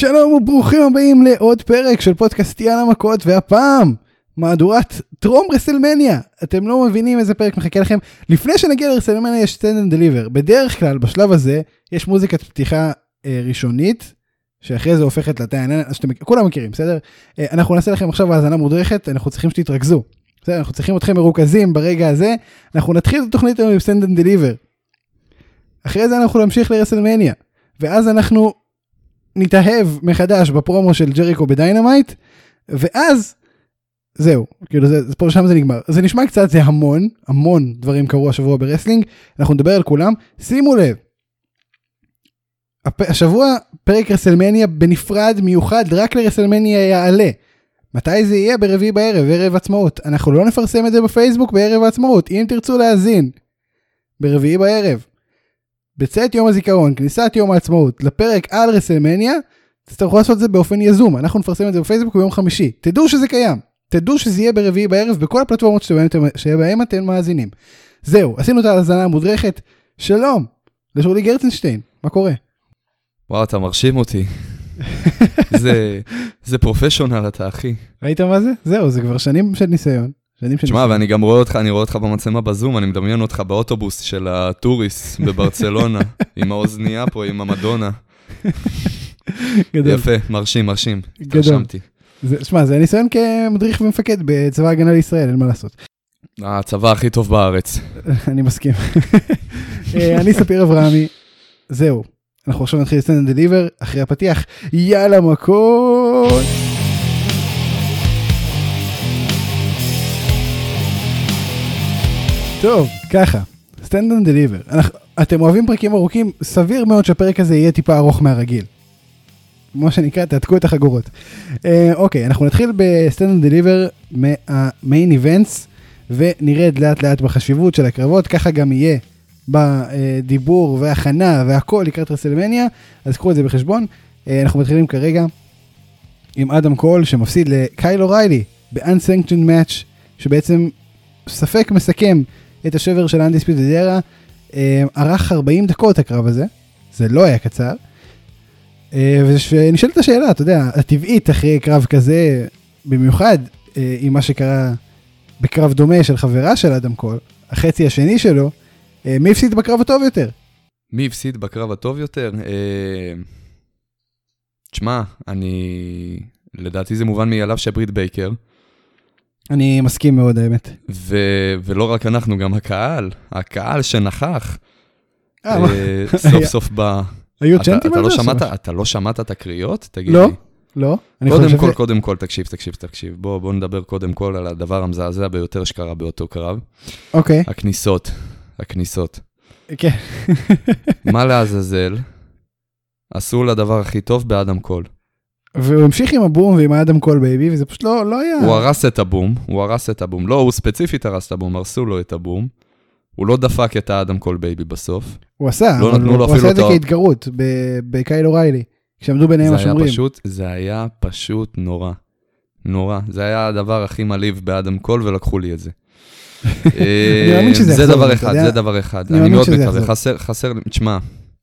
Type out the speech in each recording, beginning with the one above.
שלום וברוכים הבאים לעוד פרק של פודקאסט יאללה מכות, והפעם מהדורת טרום רסלמניה. אתם לא מבינים איזה פרק מחכה לכם. לפני שנגיע לרסלמניה יש סטנד אנד דליבר. בדרך כלל בשלב הזה יש מוזיקת פתיחה ראשונית, שאחרי זה הופכת לתאי, כולם מכירים, בסדר? אנחנו נעשה לכם עכשיו האזנה מודרכת, אנחנו צריכים שתתרכזו. בסדר? אנחנו צריכים אתכם מרוכזים ברגע הזה. אנחנו נתחיל את התוכנית היום עם סטנד אנד דליבר. אחרי זה אנחנו נמשיך לרסלמניה, ואז אנחנו נתאהב מחדש בפרומו של ג'ריקו בדיינמייט, ואז זהו, כאילו זה פה שם זה נגמר. זה נשמע קצת, זה המון דברים קרו השבוע ברסלינג, אנחנו נדבר על כולם. שימו לב, השבוע פרק רסלמניה בנפרד מיוחד, רק לרסלמניה יעלה. מתי זה יהיה? ברביעי בערב, ערב עצמאות. אנחנו לא נפרסם את זה בפייסבוק בערב העצמאות, אם תרצו להאזין, ברביעי בערב. בצאת יום הזיכרון, כניסת יום העצמאות, לפרק על רסלמניה, תצטרכו לעשות את זה באופן יזום. אנחנו נפרסם את זה בפייסבוק ביום חמישי. תדעו שזה קיים. תדעו שזה יהיה ברביעי בערב, בכל הפלטפורמות שבהם אתם מאזינים. זהו, עשינו את ההאזנה המודרכת. שלום, לשולי גרצנשטיין. מה קורה? וואו, אתה מרשים אותי. זה פרופשיונל, אתה אחי. ראית מה זה? זהו, זה כבר שנים של ניסיון. תשמע, ואני גם רואה אותך, אני רואה אותך במצלמה בזום, אני מדמיין אותך באוטובוס של הטוריס בברצלונה, עם האוזנייה פה, עם המדונה. יפה, מרשים, התרשמתי. תשמע, זה ניסיון כמדריך ומפקד בצבא ההגנה לישראל, אין מה לעשות. הצבא הכי טוב בארץ. אני מסכים. אני ספיר אברהמי, זהו. אנחנו עכשיו נתחיל סטנד אנד דליבר, אחרי הפתיח, יאללה מכות! טוב, ככה, סטנד אנד דליבר. אתם אוהבים פרקים ארוכים, סביר מאוד שהפרק הזה יהיה טיפה ארוך מהרגיל. כמו שנקרא, תעתקו את החגורות. אוקיי, אנחנו נתחיל בסטנד אנד דליבר מהמיין איבנטס, ונרד לאט לאט בחשיבות של הקרבות, ככה גם יהיה בדיבור והכנה והכל לקראת רסלמניה, אז קחו את זה בחשבון. אנחנו מתחילים כרגע עם אדם קול, שמפסיד לקייל אוריילי, ב-Unsanctioned Match, שבעצם ספק מסכם את השבר של Undisputed Era, ערך 40 דקות הקרב הזה, זה לא היה קצר, ונשאלת השאלה, אתה יודע, הטבעית אחרי קרב כזה, במיוחד עם מה שקרה בקרב דומה של חברה של אדם קול, החצי השני שלו, מי הפסיד בקרב הטוב יותר? מי הפסיד בקרב הטוב יותר? תשמע, לדעתי זה מובן מאליו שברית בייקר, אני מסכים מאוד, האמת. ולא רק אנחנו, גם הקהל שנכח, סוף סוף בא. היו צ'נטים על זה? אתה לא שמעת את הקריאות? תגיד לא, לי. לא. קודם כל, תקשיב. בוא נדבר קודם כל על הדבר המזעזע ביותר שקרה באותו קרב. אוקיי. הכניסות. כן. מה לעזאזל? עשו לדבר הכי טוב באדם קול. והוא המשיך עם הבום ועם האדם קול בייבי, וזה פשוט לא היה. הוא הרס את הבום. לא, הוא ספציפית הרס את הבום, הרסו לו את הבום. הוא לא דפק את האדם קול בייבי בסוף. הוא עשה, הוא עשה את זה כהתגרות בקייל אוריילי, כשעמדו ביניהם השומרים. זה היה פשוט נורא. זה היה הדבר הכי מליב באדם קול, ולקחו לי את זה. זה דבר אחד. אני מאוד מקווה, חסר, תשמע,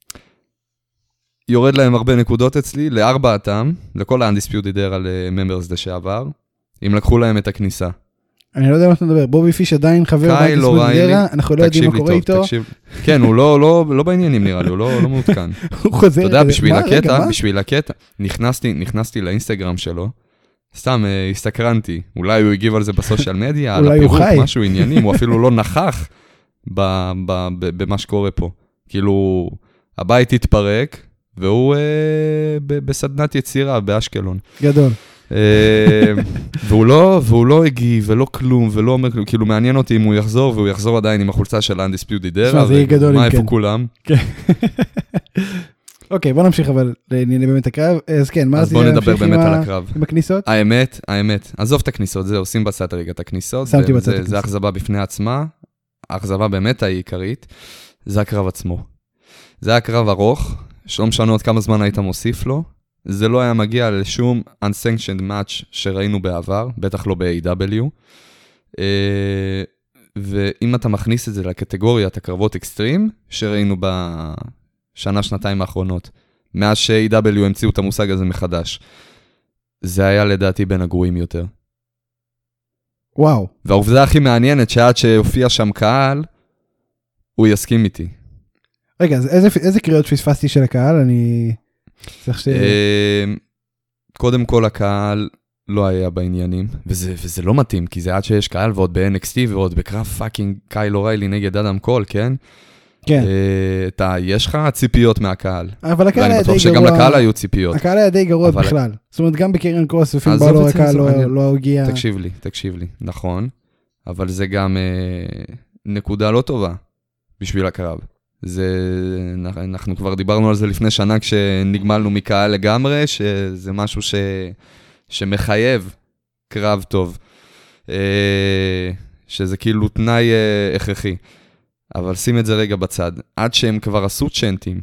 יורד להם הרבה נקודות אצלי, לארבעתם, לכל ה-Undisputed Era ל-Members לשעבר, אם לקחו להם את הכניסה. אני לא יודע מה אתה מדבר, בובי פיש עדיין חבר ב-Undisputed Era, אנחנו לא יודעים מה קורה איתו. כן, הוא לא בעניינים נראה לי, הוא לא מעודכן. הוא חוזר. אתה יודע, בשביל הקטע, נכנסתי לאינסטגרם שלו, סתם הסתקרנתי, אולי הוא הגיב על זה בסושיאל מדיה, על הפירוק, משהו עניינים, הוא אפילו לא נכח במה שקורה פה. כאילו, הבית התפרק, והוא בסדנת יצירה באשקלון. גדול. והוא לא הגיב ולא כלום, ולא אומר, כאילו מעניין אותי אם הוא יחזור, והוא יחזור עדיין עם החולצה של Undisputed Era, זה יהיה גדול. מה איפה כולם? אוקיי, בוא נמשיך אבל לענייני באמת הקרב. אז כן, אז בוא נדבר באמת על הקרב. עם הכניסות? האמת, עזוב את הכניסות, זה עושים בצד רגע את הכניסות, זה אכזבה בפני עצמה, האכזבה באמת העיקרית, זה הקרב עצמו. זה היה קרב ארוך, שלא משנה עוד כמה זמן היית מוסיף לו, זה לא היה מגיע לשום unsanctioned match שראינו בעבר, בטח לא ב-AW, ואם אתה מכניס את זה לקטגוריית הקרבות אקסטרים, שראינו בשנה, שנתיים האחרונות, מאז ש-AW המציאו את המושג הזה מחדש. זה היה לדעתי בין הגרועים יותר. וואו. והעובדה הכי מעניינת, שעד שהופיע שם קהל, הוא יסכים איתי. רגע, אז איזה קריאות פספסתי של הקהל? אני צריך ש... קודם כל הקהל לא היה בעניינים, וזה לא מתאים, כי זה עד שיש קהל, ועוד ב-NXT, ועוד בקרב פאקינג קייל אוריילי נגד אדם קול, כן? כן. יש לך ציפיות מהקהל. אבל הקהל היה די גרוע. ואני בטוח שגם לקהל היו ציפיות. הקהל היה די גרוע בכלל. זאת אומרת, גם בקרן קרוס, ופין בלור, הקהל לא הגיע. תקשיב לי, נכון. אבל זה גם נקודה לא טובה בשביל הקרב. אנחנו כבר דיברנו על זה לפני שנה, כשנגמלנו מקהל לגמרי, שזה משהו שמחייב קרב טוב. שזה כאילו תנאי הכרחי. אבל שים את זה רגע בצד. עד שהם כבר עשו צ'נטים,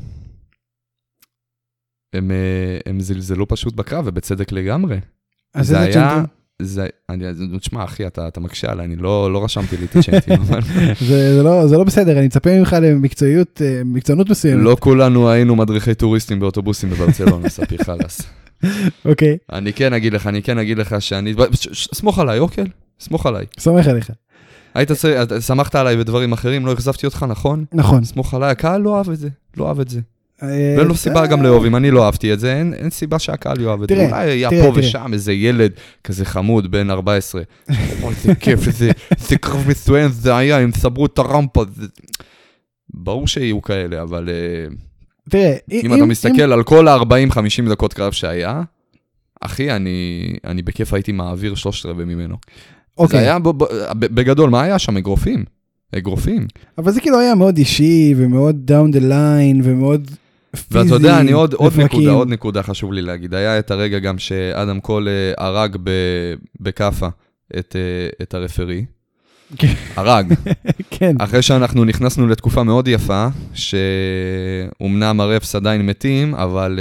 הם זלזלו פשוט בקרב, ובצדק לגמרי. אז איזה צ'נטים? תשמע, אחי, אתה מקשה עליי, אני לא רשמתי לי את הצ'נטים. זה לא בסדר, אני מצפה ממך למקצוענות מסוימת. לא כולנו היינו מדריכי טוריסטים באוטובוסים בברצלונה, ספי חלס. אוקיי. אני כן אגיד לך שאני... סמוך עליי, אוקיי? סמוך עליי. סומך עליך. שמחת עליי בדברים אחרים, לא החזבתי אותך, נכון? נכון. סמוך עליי, הקהל לא אוהב את זה. ואין לו סיבה גם לאהוב, אם אני לא אהבתי את זה, אין סיבה שהקהל יאהב את זה. אולי היה פה ושם איזה ילד כזה חמוד בן 14. איזה כיף, זה קרב מסוים, זה היה, הם סברו את הרמפה. ברור שיהיו כאלה, אבל אם אתה מסתכל על כל ה-40-50 דקות קרב שהיה, אחי, אני בכיף הייתי מעביר 3/4 ממנו. זה היה, בגדול, מה היה שם? אגרופים. אבל זה כאילו היה מאוד אישי, ומאוד down the line, ומאוד פיזי. ואתה יודע, עוד נקודה חשוב לי להגיד. היה את הרגע גם שאדם קול הרג בקפה את הרפרי. הרג. כן. אחרי שאנחנו נכנסנו לתקופה מאוד יפה, שאומנם הרפס עדיין מתים, אבל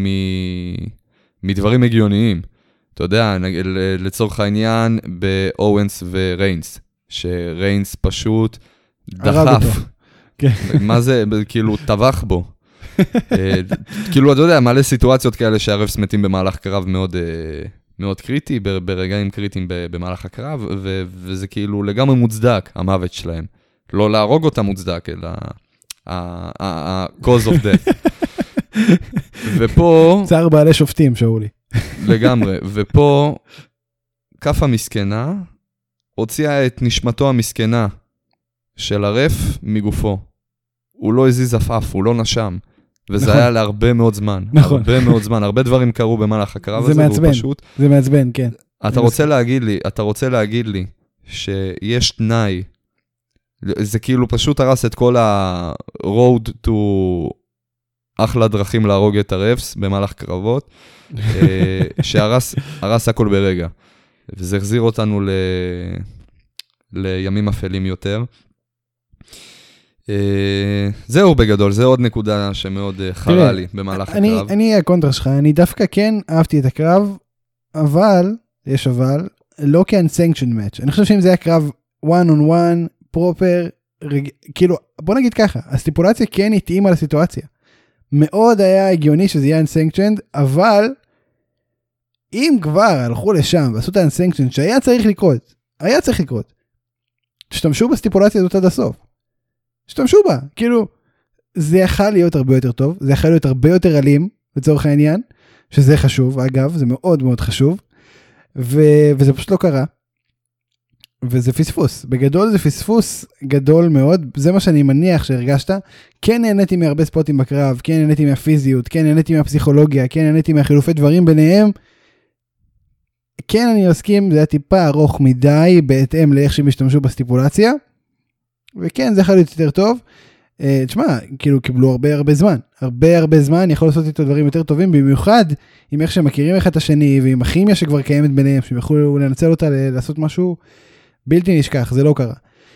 מדברים הגיוניים. אתה יודע, לצורך העניין, באוונס וריינס. שריינס פשוט דחף. מה זה? כאילו, טבח בו. כאילו, אתה יודע, מלא סיטואציות כאלה שהרפס מתים במהלך קרב מאוד, מאוד קריטי, ברגעים קריטיים במהלך הקרב, וזה כאילו לגמרי מוצדק, המוות שלהם. לא להרוג אותם מוצדק, אלא ה-cause of death. ופה... צער בעלי שופטים, שאולי. לגמרי. ופה, כפה מסכנה, הוציאה את נשמתו המסכנה של הרף מגופו. הוא לא הזיז אפף, הוא לא נשם. וזה היה להרבה מאוד זמן. נכון. הרבה מאוד זמן. הרבה דברים קרו במהלך הקרב הזה, והוא פשוט... זה מעצבן, כן. אתה רוצה להגיד לי שיש תנאי, זה כאילו פשוט הרס את כל ה-road to אחלה דרכים להרוג את הרפס במהלך קרבות, שהרס הכל ברגע. וזה החזיר אותנו לימים אפלים יותר. זהו בגדול, זה עוד נקודה שמאוד חרה לי במהלך הקרב. אני הקונטרה שלך, אני דווקא כן אהבתי את הקרב, אבל, יש אבל, לא כ-unsanctioned match. אני חושב שאם זה היה קרב one on one, פרופר, כאילו, בוא נגיד ככה, הסטיפולציה כן התאימה לסיטואציה. מאוד היה הגיוני שזה יהיה unsanctioned, אבל אם כבר הלכו לשם ועשו את ה-unsanctioned שהיה צריך לקרות, תשתמשו בסטיפולציה הזאת עד הסוף. תשתמשו בה, כאילו, זה יכול להיות הרבה יותר טוב, זה יכול להיות הרבה יותר אלים, לצורך העניין, שזה חשוב, אגב, זה מאוד מאוד חשוב, וזה פשוט לא קרה, וזה פספוס, בגדול זה פספוס גדול מאוד, זה מה שאני מניח שהרגשת, כן נהניתי מהרבה ספוטים בקרב, כן נהניתי מהפיזיות, כן נהניתי מהפסיכולוגיה, כן נהניתי מהחילופי דברים ביניהם, כן אני מסכים, זה היה טיפה ארוך מדי, בהתאם לאיך שהם השתמשו בסטיפולציה, וכן, זה יכול להיות יותר טוב. תשמע, כאילו קיבלו הרבה זמן, יכול לעשות איתו דברים יותר טובים, במיוחד עם איך שהם מכירים אחד את השני, ועם הכימיה שכבר קיימת ביניהם, שהם יכולו לנצל אותה לעשות משהו בלתי נשכח, זה לא קרה.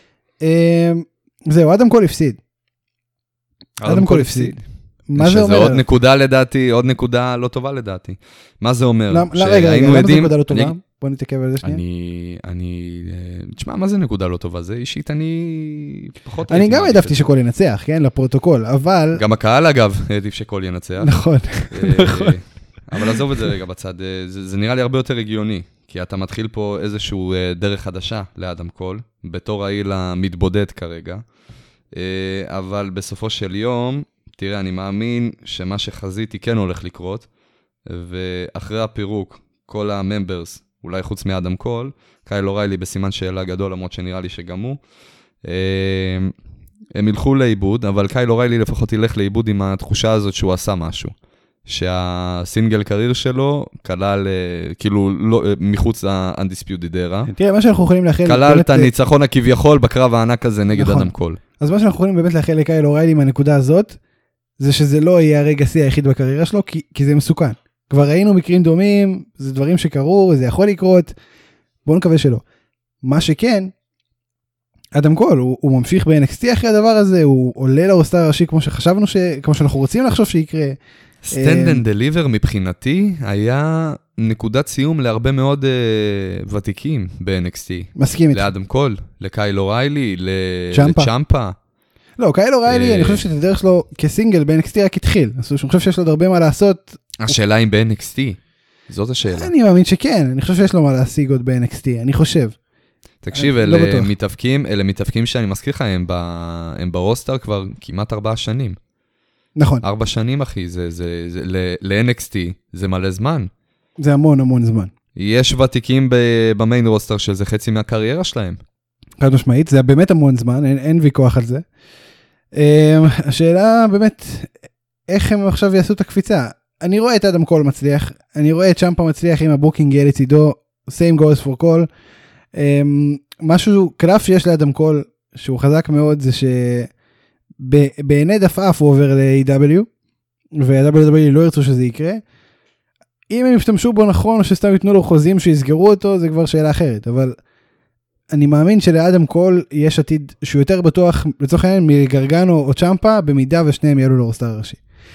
זהו, אדם קול הפסיד. מה זה אומר? שזה עוד נקודה לדעתי, עוד נקודה לא טובה לדעתי. מה זה אומר? רגע, למה זה נקודה לא טובה? בוא נתעכב על זה שנייה. תשמע, מה זה נקודה לא טובה? זה אישית, אני פחות... אני גם העדפתי שקול ינצח, כן, לפרוטוקול, אבל... גם הקהל, אגב, העדיף שקול ינצח. נכון, נכון. אבל עזוב את זה רגע בצד, זה נראה לי הרבה יותר הגיוני, כי אתה מתחיל פה איזשהו דרך חדשה לאדם קול, בתור העיל המתבודד כרגע, אבל בסופו של יום, תראה, אני מאמין שמה שחזיתי כן הולך לקרות, ואחרי הפירוק, כל הממברס, אולי חוץ מאדם קול, קייל אוריילי בסימן שאלה גדול, למרות שנראה לי שגם הוא, הם ילכו לאיבוד, אבל קייל אוריילי לפחות ילך לאיבוד עם התחושה הזאת שהוא עשה משהו. שהסינגל קרייר שלו כלל, כאילו, מחוץ ל-Undisputed Era. תראה, מה שאנחנו יכולים לאחל... כלל את הניצחון הכביכול בקרב הענק הזה נגד אדם קול. אז מה שאנחנו יכולים באמת לאחל לקייל אוריילי מהנקודה הזאת, זה שזה לא יהיה הרגע שיא היחיד בקריירה שלו, כי זה מסוכן. כבר ראינו מקרים דומים, זה דברים שקרו, זה יכול לקרות, בואו נקווה שלא. מה שכן, אדם קול, הוא ממשיך ב-NXT אחרי הדבר הזה, הוא עולה לאוסטר הראשי כמו שחשבנו, כמו שאנחנו רוצים לחשוב שיקרה. Stand and Deliver מבחינתי היה נקודת סיום להרבה מאוד ותיקים ב-NXT. מסכים איתי. לאדם קול, לקייל אוריילי, לצ'מפה. לא, קייל אוריילי, אני חושב שאת הדרך שלו כסינגל ב-NXT רק התחיל. אני חושב שיש לו הרבה מה לעשות. השאלה אם ב-NXT, זאת השאלה. אני מאמין שכן, אני חושב שיש לו מה להשיג עוד ב-NXT, אני חושב. תקשיב, אלה מתאבקים שאני מזכיר לך, הם ברוסטר כבר כמעט 4 שנים. נכון. 4 שנים, אחי, ל-NXT, זה מלא זמן. זה המון זמן. יש ותיקים במיין רוסטר של זה חצי מהקריירה שלהם. חד משמעית, זה באמת המון זמן, אין ויכוח על זה. השאלה באמת, איך הם עכשיו יעשו את הקפיצה? אני רואה את אדם קול מצליח, אני רואה את צ'מפה מצליח עם הבוקינג יהיה לצידו, same goes for call. משהו, קלף שיש לאדם קול, שהוא חזק מאוד, זה שבעיני דפאף הוא עובר ל-AW, וה-WWE לא ירצו שזה יקרה. אם הם ישתמשו בו נכון, או שסתם יתנו לו חוזים שיסגרו אותו, זה כבר שאלה אחרת, אבל אני מאמין שלאדם קול יש עתיד שהוא יותר בטוח, לצורך העניין, מגרגנו או צ'מפה, במידה ושניהם יעלו לאוסטר הראשי.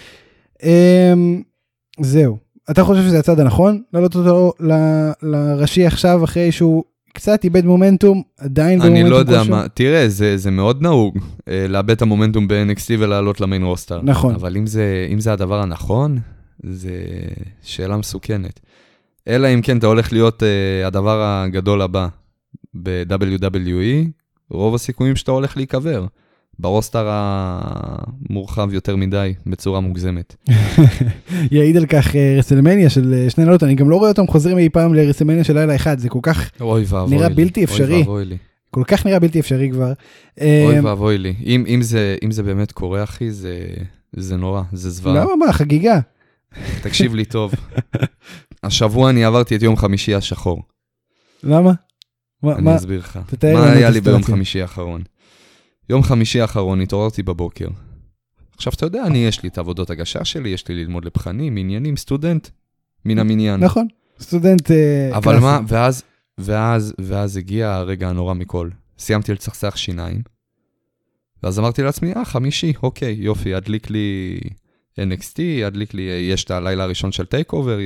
זהו. אתה חושב שזה הצד הנכון? לעלות אותו לראשי עכשיו, אחרי שהוא קצת איבד מומנטום, עדיין במומנטום אני לא יודע מה, תראה, זה מאוד נהוג, לאבד את המומנטום ב-NXT ולעלות למיין רוסטר. נכון. אבל אם זה הדבר הנכון, זה שאלה מסוכנת. אלא אם כן אתה הולך להיות הדבר הגדול הבא ב-WWE, רוב הסיכויים שאתה הולך להיקבר. ברוסטר המורחב יותר מדי, בצורה מוגזמת. יעיד על כך רסלמניה של שני לילות, אני גם לא רואה אותם חוזרים אי פעם לרסלמניה של לילה אחד, זה כל כך נראה בלתי אפשרי. כל כך נראה בלתי אפשרי כבר. אוי ואבוי לי. אם זה באמת קורה, אחי, זה נורא, זה זוועה. למה מה? חגיגה. תקשיב לי טוב. השבוע אני עברתי את יום חמישי השחור. למה? אני אסביר לך. מה היה לי ביום חמישי האחרון? יום חמישי האחרון התעוררתי בבוקר. עכשיו אתה יודע, יש לי את עבודות הגשה שלי, יש לי ללמוד לבחנים, עניינים, סטודנט, מן המניין. נכון, סטודנט אבל מה, ואז הגיע הרגע הנורא מכל. סיימתי לצחצח שיניים, ואז אמרתי לעצמי, חמישי, אוקיי, יופי, הדליק לי NXT, הדליק לי, יש את הלילה הראשון של טייק אובר,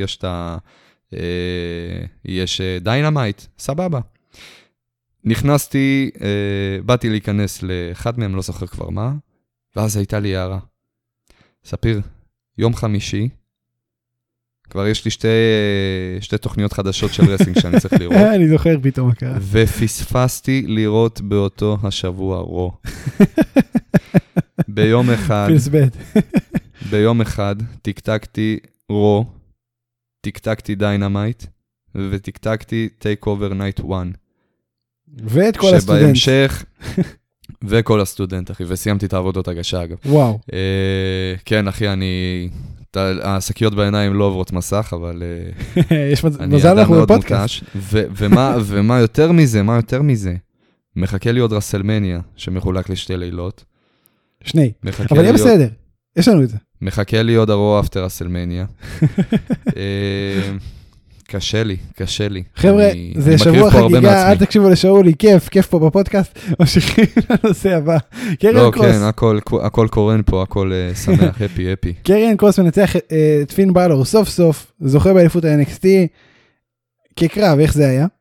יש דיינמייט, סבבה. נכנסתי, באתי להיכנס לאחד מהם, לא זוכר כבר מה, ואז הייתה לי הערה. ספיר, יום חמישי, כבר יש לי שתי תוכניות חדשות של רסינג שאני צריך לראות. אני זוכר פתאום הקרה. ופספסתי לראות באותו השבוע רו. ביום אחד תקתקתי רו, תקתקתי דיינמייט, ותקתקתי טייק אובר נייט 1. ואת כל הסטודנט. שבהמשך, וכל הסטודנט, אחי, וסיימתי את העבודות הגשה, אגב. וואו. כן, אחי, השקיות בעיניים לא עוברות מסך, אבל יש מזל אנחנו בפודקאסט. ומה יותר מזה? מחכה לי עוד רסלמניה, שמחולק לשתי לילות. שני. אבל יהיה בסדר, יש לנו את זה. מחכה לי עוד הרו אפטר רסלמניה. קשה לי. חבר'ה, זה שבוע חגיגה, אל תקשיבו לשאולי, כיף פה בפודקאסט, ממשיכים לנושא הבא. לא, כן, הכל קורן פה, הכל שמח, הפי. קריאן קרוס מנצח את פין בלור, סוף סוף, זוכה באליפות ה-NXT, כקרב, איך זה היה?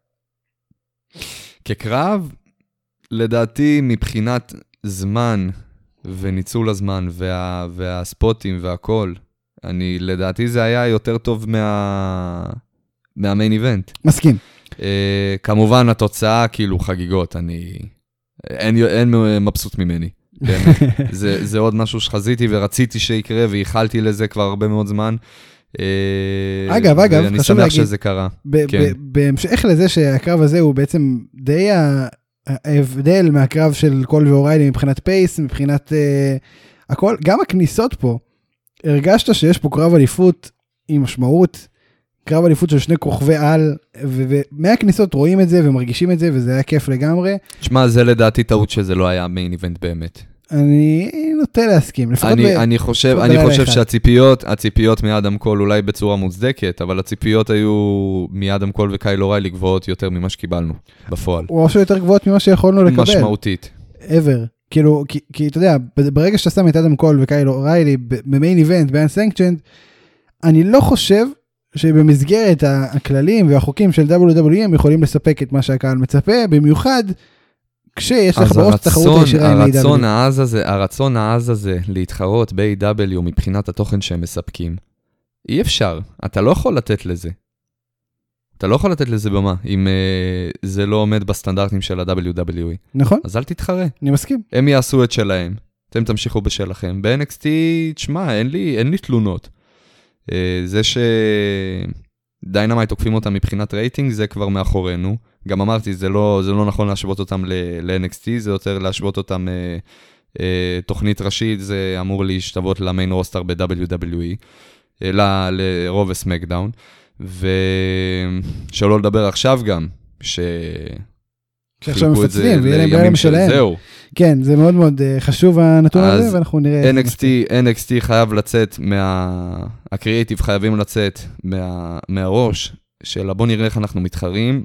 כקרב, לדעתי מבחינת זמן וניצול הזמן והספוטים והכל, לדעתי זה היה יותר טוב מהמיין איבנט. מסכים. כמובן התוצאה כאילו חגיגות, אין מבסוט ממני. זה עוד משהו שחזיתי ורציתי שיקרה וייחלתי לזה כבר הרבה מאוד זמן. אגב, ואני שמח שזה קרה. בהמשך לזה שהקרב הזה הוא בעצם די ההבדל מהקרב של קול ואוריילי מבחינת פייס, מבחינת הכל, גם הכניסות פה, הרגשת שיש פה קרב אליפות עם משמעות, קרב אליפות של שני כוכבי על, ומהכניסות רואים את זה ומרגישים את זה, וזה היה כיף לגמרי. תשמע, זה לדעתי טעות שזה לא היה מיין איבנט באמת. אני נוטה להסכים. אני חושב שהציפיות מאדם קול אולי בצורה מוצדקת, אבל הציפיות היו מאדם קול וקייל אוריילי גבוהות יותר ממה שקיבלנו בפועל. או אפילו יותר גבוהות ממה שיכולנו לקבל. משמעותית. ever. כאילו, כי אתה יודע, ברגע שאתה שם את אדם קול וקייל אוריילי במיין איבנט, באנסנקצ'נד, אני לא חושב שבמסגרת הכללים והחוקים של WWE הם יכולים לספק את מה שהקהל מצפה, במיוחד כשיש לך בראש תחרות הישירה עם A.W. הרצון העז הזה להתחרות ב-A.W. מבחינת התוכן שהם מספקים, אי אפשר, אתה לא יכול לתת לזה. אתה לא יכול לתת לזה במה, אם זה לא עומד בסטנדרטים של ה-WWE. נכון. אז אל תתחרה. אני מסכים. הם יעשו את שלהם, אתם תמשיכו בשלכם. ב-NXT, תשמע, אין לי תלונות. זה שדיינמייט תוקפים אותם מבחינת רייטינג, זה כבר מאחורינו. גם אמרתי, זה לא נכון להשוות אותם ל-NXT, זה יותר להשוות אותם תוכנית ראשית, זה אמור להשתוות למיין רוסטר ב-WWE, לרוב וסמקדאון, ושלא לדבר עכשיו גם, שעכשיו מפצלים, ויהיה להם בעיה משלהם. זהו. כן, זה מאוד מאוד חשוב הנתון הזה, ואנחנו נראה. NXT חייב לצאת, הקריאיטיב חייבים לצאת מהראש, של בוא נראה איך אנחנו מתחרים,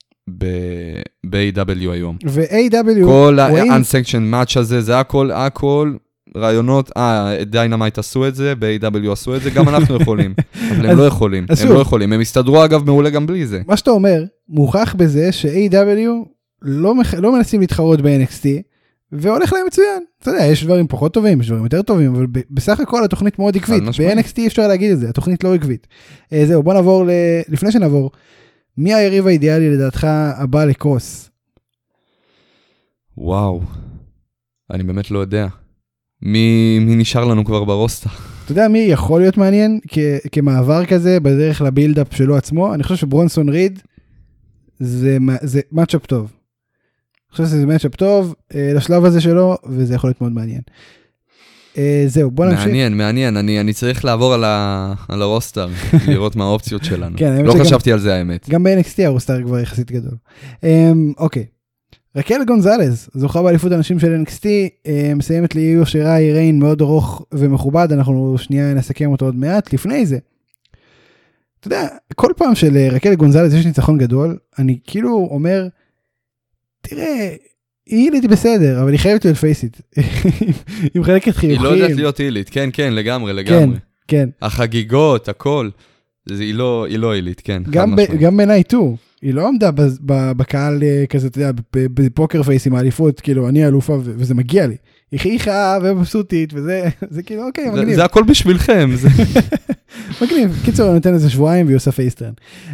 ב-A.W. היום. ו-A.W. כל ה-unsanctioned match הזה, זה הכל רעיונות, דיינמייט עשו את זה, ב-A.W. עשו את זה, גם אנחנו יכולים. אבל הם לא יכולים, הם הסתדרו אגב מעולה גם בלי זה. מה שאתה אומר, מוכח בזה ש-A.W. לא מנסים להתחרות ב-NXT, והולך להם מצוין. אתה יודע, יש דברים פחות טובים, יש דברים יותר טובים, אבל בסך הכל התוכנית מאוד עקבית. ב-NXT אפשר להגיד את זה, התוכנית לא עקבית. זהו, בוא נעבור, לפני שנעבור, מי היריב האידיאלי לדעתך הבא לקרוס? וואו, אני באמת לא יודע. מי נשאר לנו כבר ברוסטה? אתה יודע מי יכול להיות מעניין כמעבר כזה בדרך לבילדאפ שלו עצמו? אני חושב שברונסון ריד זה מאצ'אפ טוב. אני חושב שזה מאצ'אפ טוב לשלב הזה שלו, וזה יכול להיות מאוד מעניין. זהו, בוא נמשיך. מעניין, אני צריך לעבור על הרוסטר, לראות מה האופציות שלנו. לא חשבתי על זה האמת. גם ב-NXT הרוסטר כבר יחסית גדול. אוקיי. רקל גונזלז, זוכה באליפות אנשים של NXT, מסיימת לי שיראי ריין מאוד ארוך ומכובד, אנחנו שנייה נסכם אותו עוד מעט. לפני זה, אתה יודע, כל פעם של רקל גונזלז יש ניצחון גדול, אני כאילו אומר, תראה, היא הילית בסדר, אבל היא חייבת להיות פייסית. היא מחלקת חיוכים. היא לא יודעת להיות הילית, כן, לגמרי. כן. החגיגות, הכל. היא לא הילית, כן. גם בעיניי תו. היא לא עמדה בקהל כזה, אתה יודע, בפוקר פייס עם האליפות, כאילו, אני האלופה, וזה מגיע לי. היא חייכה ובסוטית, וזה כאילו, אוקיי, מגניב. זה הכל בשבילכם. מגניב. קיצור, אני נותן איזה שבועיים, והיא עושה פייסטרן.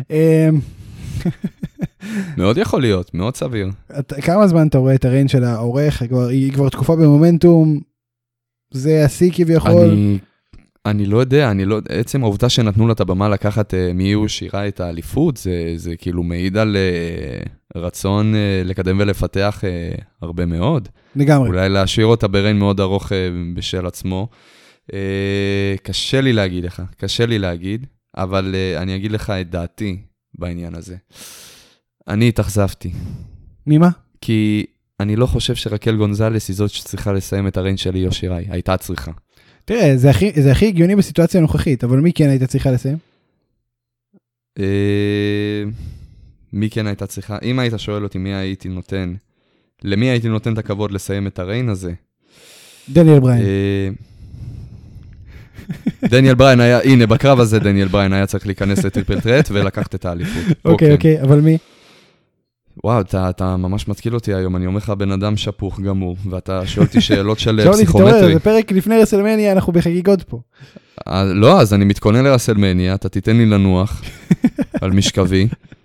מאוד יכול להיות, מאוד סביר. כמה זמן אתה רואה את הריין של העורך? היא כבר תקופה במומנטום, זה השיא כביכול. אני לא יודע, עצם העובדה שנתנו לה את הבמה לקחת מיהו שירה את האליפות, זה כאילו מעיד על רצון לקדם ולפתח הרבה מאוד. לגמרי. אולי להשאיר אותה בריין מאוד ארוך בשל עצמו. קשה לי להגיד, אבל אני אגיד לך את דעתי בעניין הזה. אני התאכזבתי. ממה? כי אני לא חושב שרקל גונזלס היא זאת שצריכה לסיים את הריין שלי או שיראי. הייתה צריכה. תראה, זה הכי הגיוני בסיטואציה הנוכחית, אבל מי כן הייתה צריכה לסיים? מי כן הייתה צריכה? אם היית שואל אותי למי הייתי נותן את הכבוד לסיים את הריין הזה? דניאל בריין. דניאל בריין היה, הנה, בקרב הזה דניאל בריין היה צריך להיכנס לטריפל טרט ולקחת את האליפות. אוקיי, אבל מי? וואו, אתה ממש מתקיל אותי היום, אני אומר לך בן אדם שפוך גמור, ואתה שואל אותי שאלות של פסיכומטרי. זה פרק לפני רסלמניה, אנחנו בחגיגות פה. לא, אז אני מתכונן לרסלמניה, אתה תיתן לי לנוח על משכבי,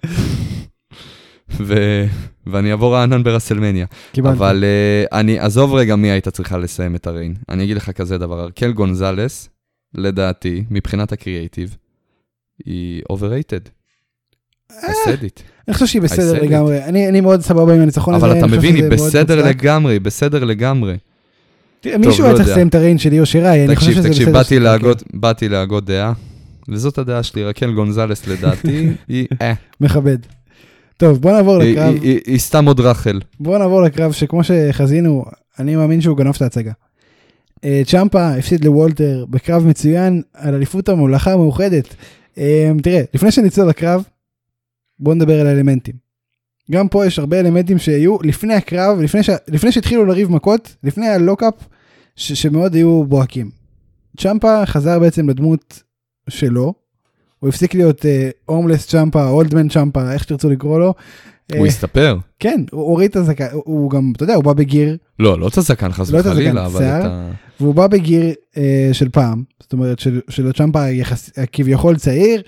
ואני אעבור רענן ברסלמניה. אבל אני עזוב רגע מי היית צריכה לסיים את הריין. אני אגיד לך כזה דבר, ארקל גונזלס, לדעתי, מבחינת הקריאייטיב, היא overrated. בסדית. אני חושב שהיא בסדר לגמרי. אני מאוד סבבה עם הניצחון הזה. אבל אתה מבין, היא בסדר לגמרי, בסדר לגמרי. מישהו היה צריך לסיים את הריין שלי או שיראי, אני חושב שזה בסדר. תקשיב, באתי להגות דעה, וזאת הדעה שלי, ארקל גונזלס לדעתי, היא מכבד. טוב, בוא נעבור לקרב. היא סתם עוד רחל. בוא נעבור לקרב שכמו שחזינו, אני מאמין שהוא גנב את ההצגה. צ'אמפה הפסיד לוולטר בקרב מצוין על אליפות הממלכה המאוחדת. תראה, לפני שנצלול לקרב, בוא נדבר על האלמנטים. גם פה יש הרבה אלמנטים שהיו לפני הקרב, לפני שהתחילו לריב מכות, לפני הלוקאפ, שמאוד היו בוהקים. צ'אמפה חזר בעצם לדמות שלו, הוא הפסיק להיות הומלס צ'אמפה, אולדמן צ'אמפה, איך שתרצו לקרוא לו. הוא הסתפר. כן, הוא הוריד את הזקן, הוא גם, אתה יודע, הוא בא בגיר. לא את הזקן חס וחלילה, אבל את ה... והוא בא בגיר של פעם, זאת אומרת, של צ'אמפה כביכול צעיר.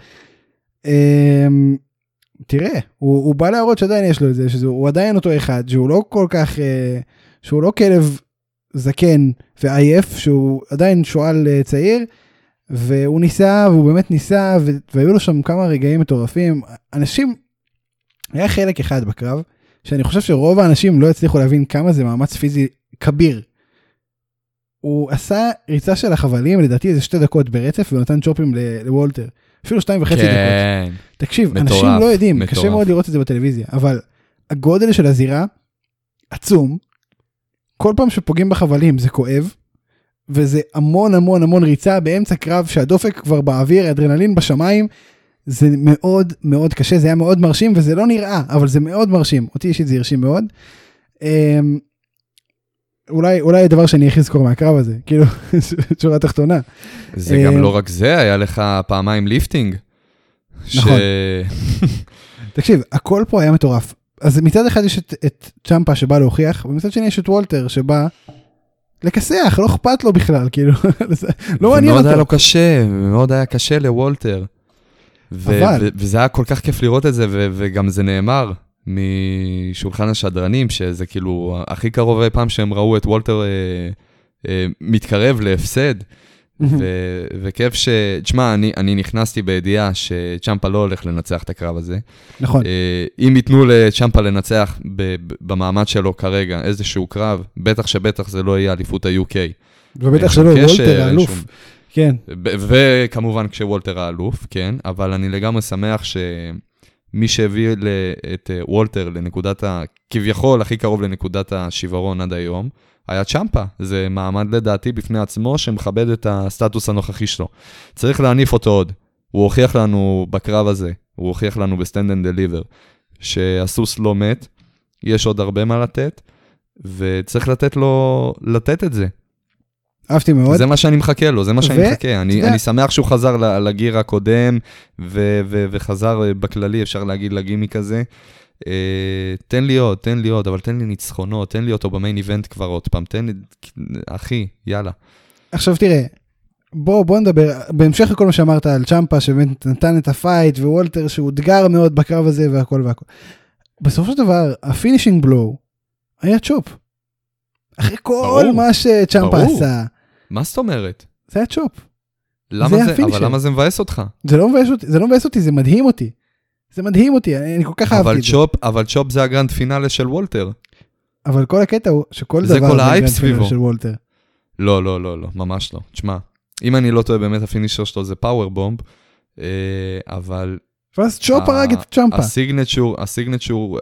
תראה, הוא בא להראות שעדיין יש לו את זה, שהוא עדיין אותו אחד, שהוא לא כל כך, שהוא לא כלב זקן ועייף, שהוא עדיין שואל צעיר, והוא ניסה, והוא באמת ניסה, והיו לו שם כמה רגעים מטורפים. אנשים, היה חלק אחד בקרב, שאני חושב שרוב האנשים לא הצליחו להבין כמה זה מאמץ פיזי כביר. הוא עשה ריצה של החבלים, לדעתי איזה 2 דקות ברצף, והוא נתן צ'ופים לוולטר. אפילו 2.5 דקות. תקשיב, מטורף, אנשים לא יודעים, מטורף. קשה מאוד לראות את זה בטלוויזיה, אבל הגודל של הזירה עצום, כל פעם שפוגעים בחבלים זה כואב, וזה המון המון המון ריצה באמצע קרב שהדופק כבר באוויר, האדרנלין בשמיים, זה מאוד מאוד קשה, זה היה מאוד מרשים, וזה לא נראה, אבל זה מאוד מרשים. אותי אישית זה הרשים מאוד. אולי הדבר שאני הכי זכור מהקרב הזה, כאילו, שורה תחתונה. זה גם לא רק זה, היה לך פעמיים ליפטינג. נכון. תקשיב, הכל פה היה מטורף. אז מצד אחד יש את צ'אמפה שבא להוכיח, ומצד שני יש את וולטר שבא לכסח, לא אכפת לו בכלל, כאילו, לא מעניין אותו. מאוד היה לו קשה, מאוד היה קשה לוולטר. וזה היה כל כך כיף לראות את זה, וגם זה נאמר משולחן השדרנים, שזה כאילו הכי קרוב פעם שהם ראו את וולטר מתקרב להפסד, וכיף תשמע, אני נכנסתי בידיעה שצ'אמפה לא הולך לנצח את הקרב הזה. נכון. אם ייתנו לצ'אמפה לנצח במעמד שלו כרגע איזשהו קרב, בטח שבטח זה לא יהיה אליפות ה-UK. ובטח שלא, וולטר האלוף. כן. וכמובן כשוולטר האלוף, כן, אבל אני לגמרי שמח שמי שהביא את וולטר לנקודת כביכול הכי קרוב לנקודת השברון עד היום, היה צ'אמפה. זה מעמד לדעתי בפני עצמו שמכבד את הסטטוס הנוכחי שלו. צריך להניף אותו עוד. הוא הוכיח לנו בקרב הזה, הוא הוכיח לנו בסטנד אנד דליבר, שהסוס לא מת, יש עוד הרבה מה לתת, וצריך לתת את זה. אהבתי מאוד. זה מה שאני מחכה לו, זה מה שאני מחכה. אני שמח שהוא חזר לגיר הקודם, וחזר בכללי, אפשר להגיד לגימי כזה. תן לי עוד, אבל תן לי ניצחונות, תן לי אותו במיין איבנט כבר עוד פעם, תן לי, אחי, יאללה. עכשיו תראה, בוא נדבר, בהמשך לכל מה שאמרת על צ'אמפה, שבאמת נתן את הפייט, ווולטר שהוא אתגר מאוד בקרב הזה, והכל. בסופו של דבר, הפינישינג בלו היה צ'ופ. אחרי כל מה שצ'אמפה עשה. מה זאת אומרת? זה היה צ'ופ. אבל למה זה מבאס אותך? זה לא מבאס אותי, זה מדהים אותי. זה מדהים אותי, אני כל כך אהבתי את זה. אבל צ'ופ זה הגרנד פינאלה של וולטר. אבל כל הקטע הוא שכל דבר זה הגרנד פינאלה של וולטר. לא, ממש לא. תשמע, אם אני לא טועה באמת הפינישר שלו זה פאוור בומב, אבל... ואז צ'ופ הרג את צ'אמפה. הסיגנצ'ור,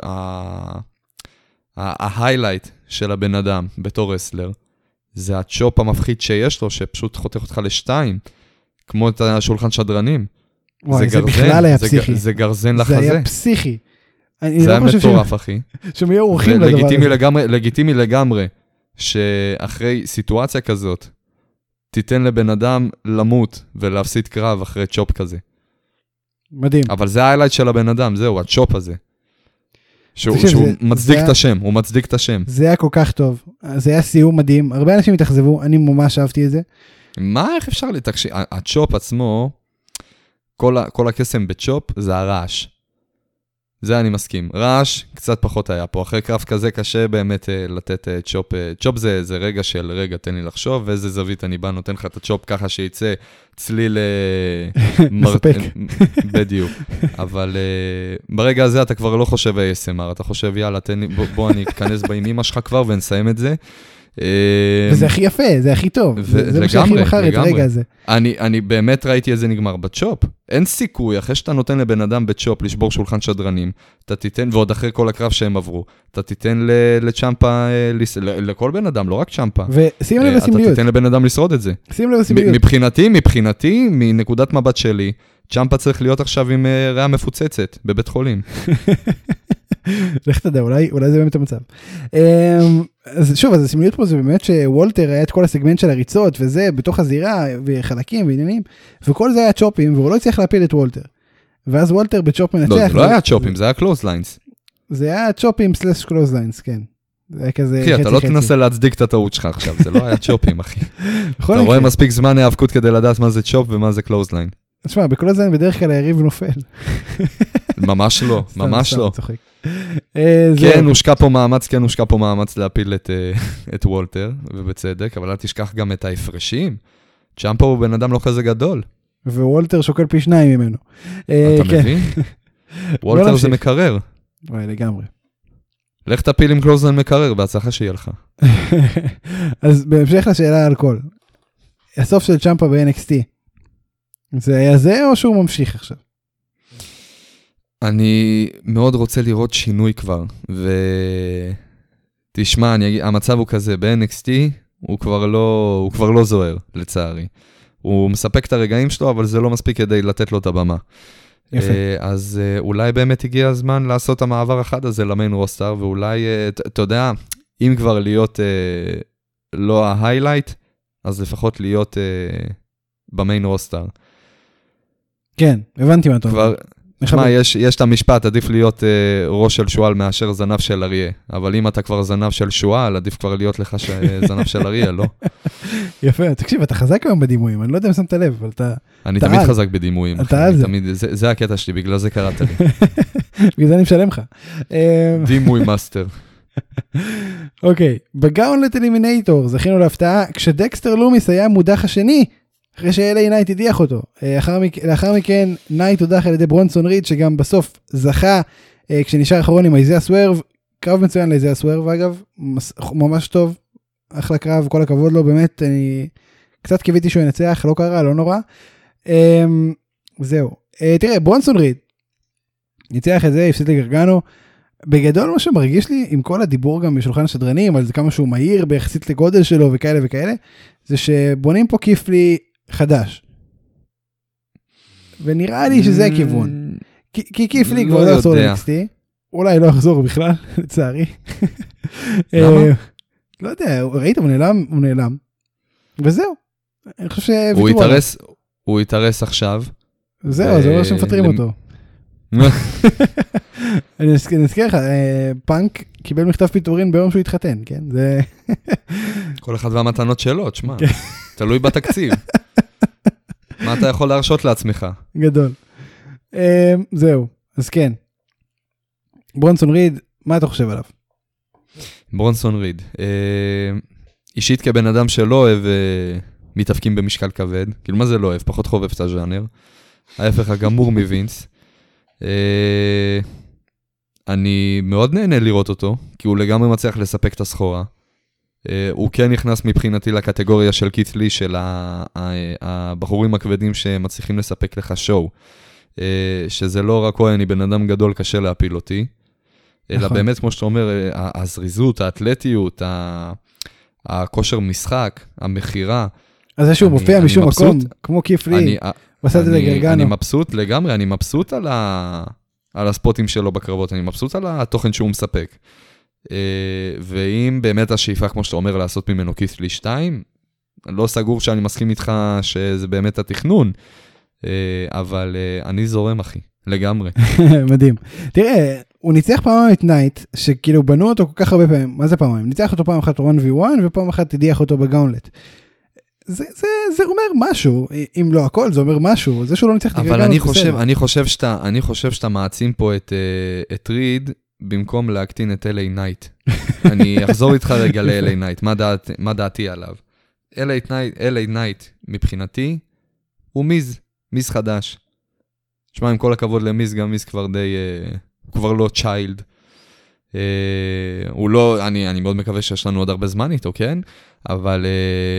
ההיילייט של הבן אדם בתור רסלר, זה הצ'ופ המפחיד שיש לו, שפשוט חותך אותך לשתיים, כמו את השולחן שדרנים. וואי, זה בכלל היה פסיכי. זה גרזן לחזה. זה היה פסיכי. זה היה מטורף, אחי. שהם יהיו אורחים לדבר הזה. לגיטימי לגמרי, שאחרי סיטואציה כזאת, תיתן לבן אדם למות ולהפסיד קרב אחרי צ'ופ כזה. מדהים. אבל זה ההיילייט של הבן אדם, זהו, הצ'ופ הזה. שהוא מצדיק את השם, הוא מצדיק את השם. זה היה כל כך טוב, זה היה סיום מדהים, הרבה אנשים התאכזבו, אני ממש אהבתי את זה. מה, איך אפשר לתקשיב? הצ'ופ עצמו, כל הקסם בצ'ופ זה הרעש. זה אני מסכים. רעש קצת פחות היה פה. אחרי קרב כזה קשה באמת לתת צ'ופ. צ'ופ זה רגע של רגע, תן לי לחשוב, ואיזה זווית אני בא, נותן לך את הצ'ופ ככה שיצא צליל... מספק. בדיוק. אבל ברגע הזה אתה כבר לא חושב ASMR, אתה חושב יאללה, בוא אני אכנס בה עם אמא שלך כבר ונסיים את זה. וזה הכי יפה, זה הכי טוב. זה מה שהכי מחר את הרגע הזה. אני באמת ראיתי איזה נגמר בצ'ופ. אין סיכוי, אחרי שאתה נותן לבן אדם בצ'ופ לשבור שולחן שדרנים, אתה תיתן, ועוד אחרי כל הקרב שהם עברו, אתה תיתן לצ'מפה, לכל בן אדם, לא רק צ'מפה. ושים לב לסמליות. אתה תיתן לבן אדם לשרוד את זה. שים לב לסמליות. מבחינתי, מנקודת מבט שלי, צ'מפה צריך להיות עכשיו עם ריאה מפוצצת, בבית חולים. לך תדע, אולי זה באמת המצב. אז שוב, אז הסמליות פה זה באמת שוולטר היה את כל הסגמנט של הריצות, וזה בתוך הזירה, וחלקים ועניינים, וכל זה היה צ'ופים, והוא לא הצליח להפיל את וולטר. ואז וולטר בצ'ופ מנצח. לא, זה לא היה צ'ופים, זה היה קלוז ליינס. זה היה צ'ופים סלש קלוז ליינס, כן. זה היה כזה אחי, אתה לא תנסה להצדיק את הטעות שלך עכשיו, זה לא היה צ'ופים, אחי. אתה רואה מספיק זמן היאבקות כדי לדעת מה זה צ'ופ ומה זה קלוז ליין. תשמע, בקלוז ליין בדרך כלל היריב נופל. ממש לא, ממש לא. כן, הושקע פה מאמץ להפיל את וולטר, ובצדק, אבל אל תשכח גם את ההפרשים. צ'מפה הוא בן אדם לא כזה גדול. ווולטר שוקל פי 2 ממנו. אתה מבין? וולטר זה מקרר. וואי, לגמרי. לך תפיל עם קלוז ליין מקרר, בהצלחה שיהיה לך. אז בהמשך לשאלה על כל. הסוף של צ'מפה ב-NXT. זה היה זה או שהוא ממשיך עכשיו? אני מאוד רוצה לראות שינוי כבר, ותשמע, המצב הוא כזה, ב-NXT הוא כבר לא זוהר, לצערי. הוא מספק את הרגעים שלו, אבל זה לא מספיק כדי לתת לו את הבמה. יפה. אז אולי באמת הגיע הזמן לעשות המעבר אחד הזה למיין רוסטר, ואולי, אתה יודע, אם כבר להיות לא ההיילייט, אז לפחות להיות במיין רוסטר. כן, הבנתי מה אתה אומר. תשמע, יש את המשפט, עדיף להיות ראש של שואל מאשר זנב של אריה, אבל אם אתה כבר זנב של שואל, עדיף כבר להיות לך זנב של אריה, לא? יפה, תקשיב, אתה חזק היום בדימויים, אני לא יודע אם שמת לב, אבל אתה... אני תמיד חזק בדימויים, זה הקטע שלי, בגלל זה קראת לי. בגלל זה אני משלם לך. דימוי מאסטר. אוקיי, בגאונלט אלימינטור זכינו להפתעה, כשדקסטר לומיס היה המודח השני, אחרי שאלי נייט הדיח אותו. לאחר מכן, נייט הודח על ידי ברונסון ריד, שגם בסוף זכה, כשנשאר אחרון עם איזיה סוורב, קרב מצוין לאיזיה סוורב, אגב, ממש טוב, אחלה קרב, כל הכבוד לו, באמת, אני קצת קיוויתי שהוא ינצח, לא קרה, לא נורא. זהו. תראה, ברונסון ריד, ניצח את זה, הפסיד לגרגנו, בגדול מה שמרגיש לי, עם כל הדיבור גם בשולחן השדרנים, על זה כמה שהוא מהיר ביחסית לגודל שלו וכאלה וכאלה, זה שבונים פה כיפלי חדש. ונראה לי שזה הכיוון. כי כיפלי כבר לא יחזור ל-NXT, אולי לא יחזור בכלל, לצערי. למה? לא יודע, ראית, הוא נעלם. וזהו. אני חושב הוא יתארס עכשיו. זהו, זה אומר שמפטרים אותו. אני נזכיר לך, פאנק קיבל מכתב פיטורין ביום שהוא התחתן, כן? זה... כל אחד והמתנות שלו, תשמע, תלוי בתקציב. מה אתה יכול להרשות לעצמך? גדול. זהו, אז כן. ברונסון ריד, מה אתה חושב עליו? ברונסון ריד. אישית כבן אדם שלא אוהב מתאפקים במשקל כבד, כאילו מה זה לא אוהב? פחות חובב את הז'אנר. ההפך הגמור מווינס. אני מאוד נהנה לראות אותו, כי הוא לגמרי מצליח לספק את הסחורה. הוא כן נכנס מבחינתי לקטגוריה של קית' לי, של הבחורים הכבדים שמצליחים לספק לך שואו. שזה לא רק אני בן אדם גדול, קשה להפיל אותי, אלא באמת, כמו שאתה אומר, הזריזות, האתלטיות, הכושר משחק, המחירה. אז זה שהוא מופיע משום מקום, כמו קית' לי. אני מבסוט לגמרי, אני מבסוט על הספוטים שלו בקרבות, אני מבסוט על התוכן שהוא מספק. ואם באמת השאיפה, כמו שאתה אומר, לעשות ממנו קית' לי 2, לא סגור שאני מסכים איתך שזה באמת התכנון, אבל אני זורם, אחי, לגמרי. מדהים. תראה, הוא ניצח פעמיים את נייט, שכאילו בנו אותו כל כך הרבה פעמים, מה זה פעמיים? ניצח אותו פעם אחת 1v1, ופעם אחת תדיח אותו בגאונלט. זה אומר משהו, אם לא הכל, זה אומר משהו, זה שהוא לא ניצח את אבל אני חושב שאתה מעצים פה את ריד, במקום להקטין את LA נייט. אני אחזור איתך רגע ל-LA נייט, מה דעתי עליו? LA נייט, מבחינתי, הוא מיז חדש. תשמע, עם כל הכבוד למיז, גם מיז כבר די, הוא כבר לא צ'יילד. הוא לא, אני מאוד מקווה שיש לנו עוד הרבה זמן איתו, כן? אבל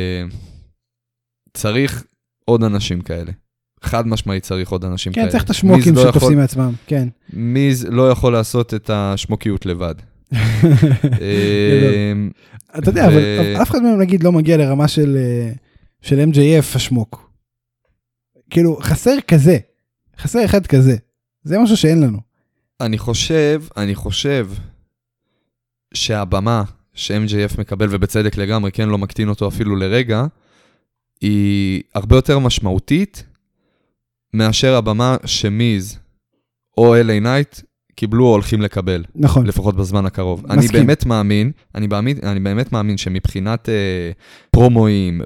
צריך עוד אנשים כאלה. חד משמעית צריך עוד אנשים כאלה. כן, צריך את השמוקים שתופסים מעצמם, כן. מיז לא יכול לעשות את השמוקיות לבד. אתה יודע, אבל אף אחד מהם נגיד לא מגיע לרמה של MJF השמוק. כאילו, חסר אחד כזה. זה משהו שאין לנו. אני חושב שהבמה ש-MJF מקבל, ובצדק לגמרי, כן, לא מקטין אותו אפילו לרגע, היא הרבה יותר משמעותית, מאשר הבמה שמיז או LA נייט קיבלו או הולכים לקבל. נכון. לפחות בזמן הקרוב. מסכים. אני באמת מאמין שמבחינת פרומואים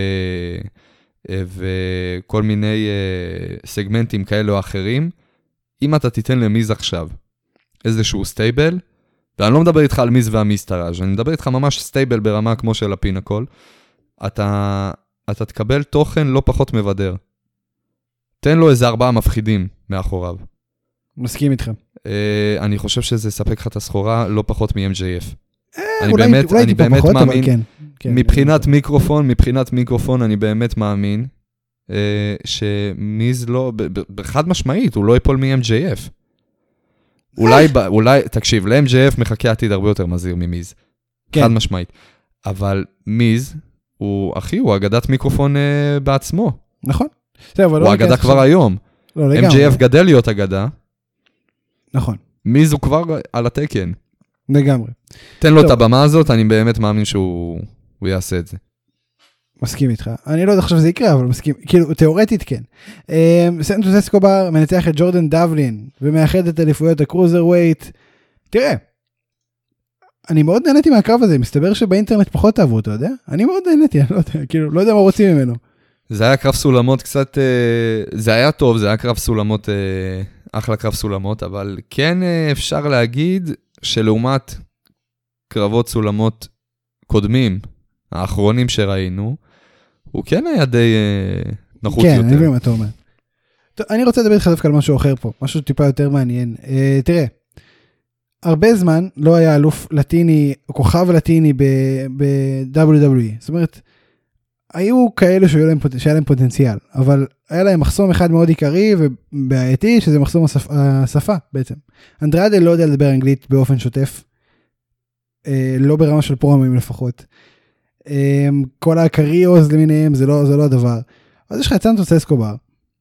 וכל מיני סגמנטים כאלה או אחרים, אם אתה תיתן למיז עכשיו איזשהו סטייבל, ואני לא מדבר איתך על מיז והמיז טראז', אני מדבר איתך ממש סטייבל ברמה כמו של הפינקול, אתה תקבל תוכן לא פחות מבדר. תן לו איזה 4 מפחידים מאחוריו. מסכים איתכם. אני חושב שזה יספק לך את הסחורה לא פחות מ-MJF. אני באמת מאמין, מבחינת מיקרופון אני באמת מאמין שמיז לא, בחד משמעית, הוא לא ייפול מ-MJF. אולי, תקשיב, ל-MJF מחכה עתיד הרבה יותר מזהיר ממיז. חד משמעית. אבל מיז, הוא אגדת מיקרופון בעצמו. נכון. הוא אגדה כבר היום. MJF גדל להיות אגדה. נכון. מיז הוא כבר על התקן. לגמרי. תן לו את הבמה הזאת, אני באמת מאמין שהוא יעשה את זה. מסכים איתך. אני לא יודע חושב שזה יקרה, אבל מסכים. כאילו, תיאורטית כן. סנטוס אסקובר מנצח את ג'ורדן דבלין, ומאחד את אליפויות הקרוזר ווייט. תראה, אני מאוד נהניתי מהקרב הזה, מסתבר שבאינטרנט פחות אהבו אותו, יודע? אני מאוד נהניתי, אני לא יודע, כאילו, לא יודע מה רוצים ממנו. זה היה קרב סולמות קצת, זה היה טוב, זה היה קרב סולמות, אחלה קרב סולמות, אבל כן אפשר להגיד שלעומת קרבות סולמות קודמים, האחרונים שראינו, הוא כן היה די נחות יותר. כן, אני מבין מה אתה אומר. טוב, אני רוצה לדבר איתך דווקא על משהו אחר פה, משהו טיפה יותר מעניין. תראה, הרבה זמן לא היה אלוף לטיני, כוכב לטיני ב-WWE. זאת אומרת, היו כאלה שהיה להם פוטנציאל, אבל היה להם מחסום אחד מאוד עיקרי ובעייתי, שזה מחסום השפה בעצם. אנדרדה לא יודע לדבר אנגלית באופן שוטף, לא ברמה של פרומים לפחות. כל הקריוז למיניהם זה לא הדבר. אז יש לך את סנטוס אסקובר,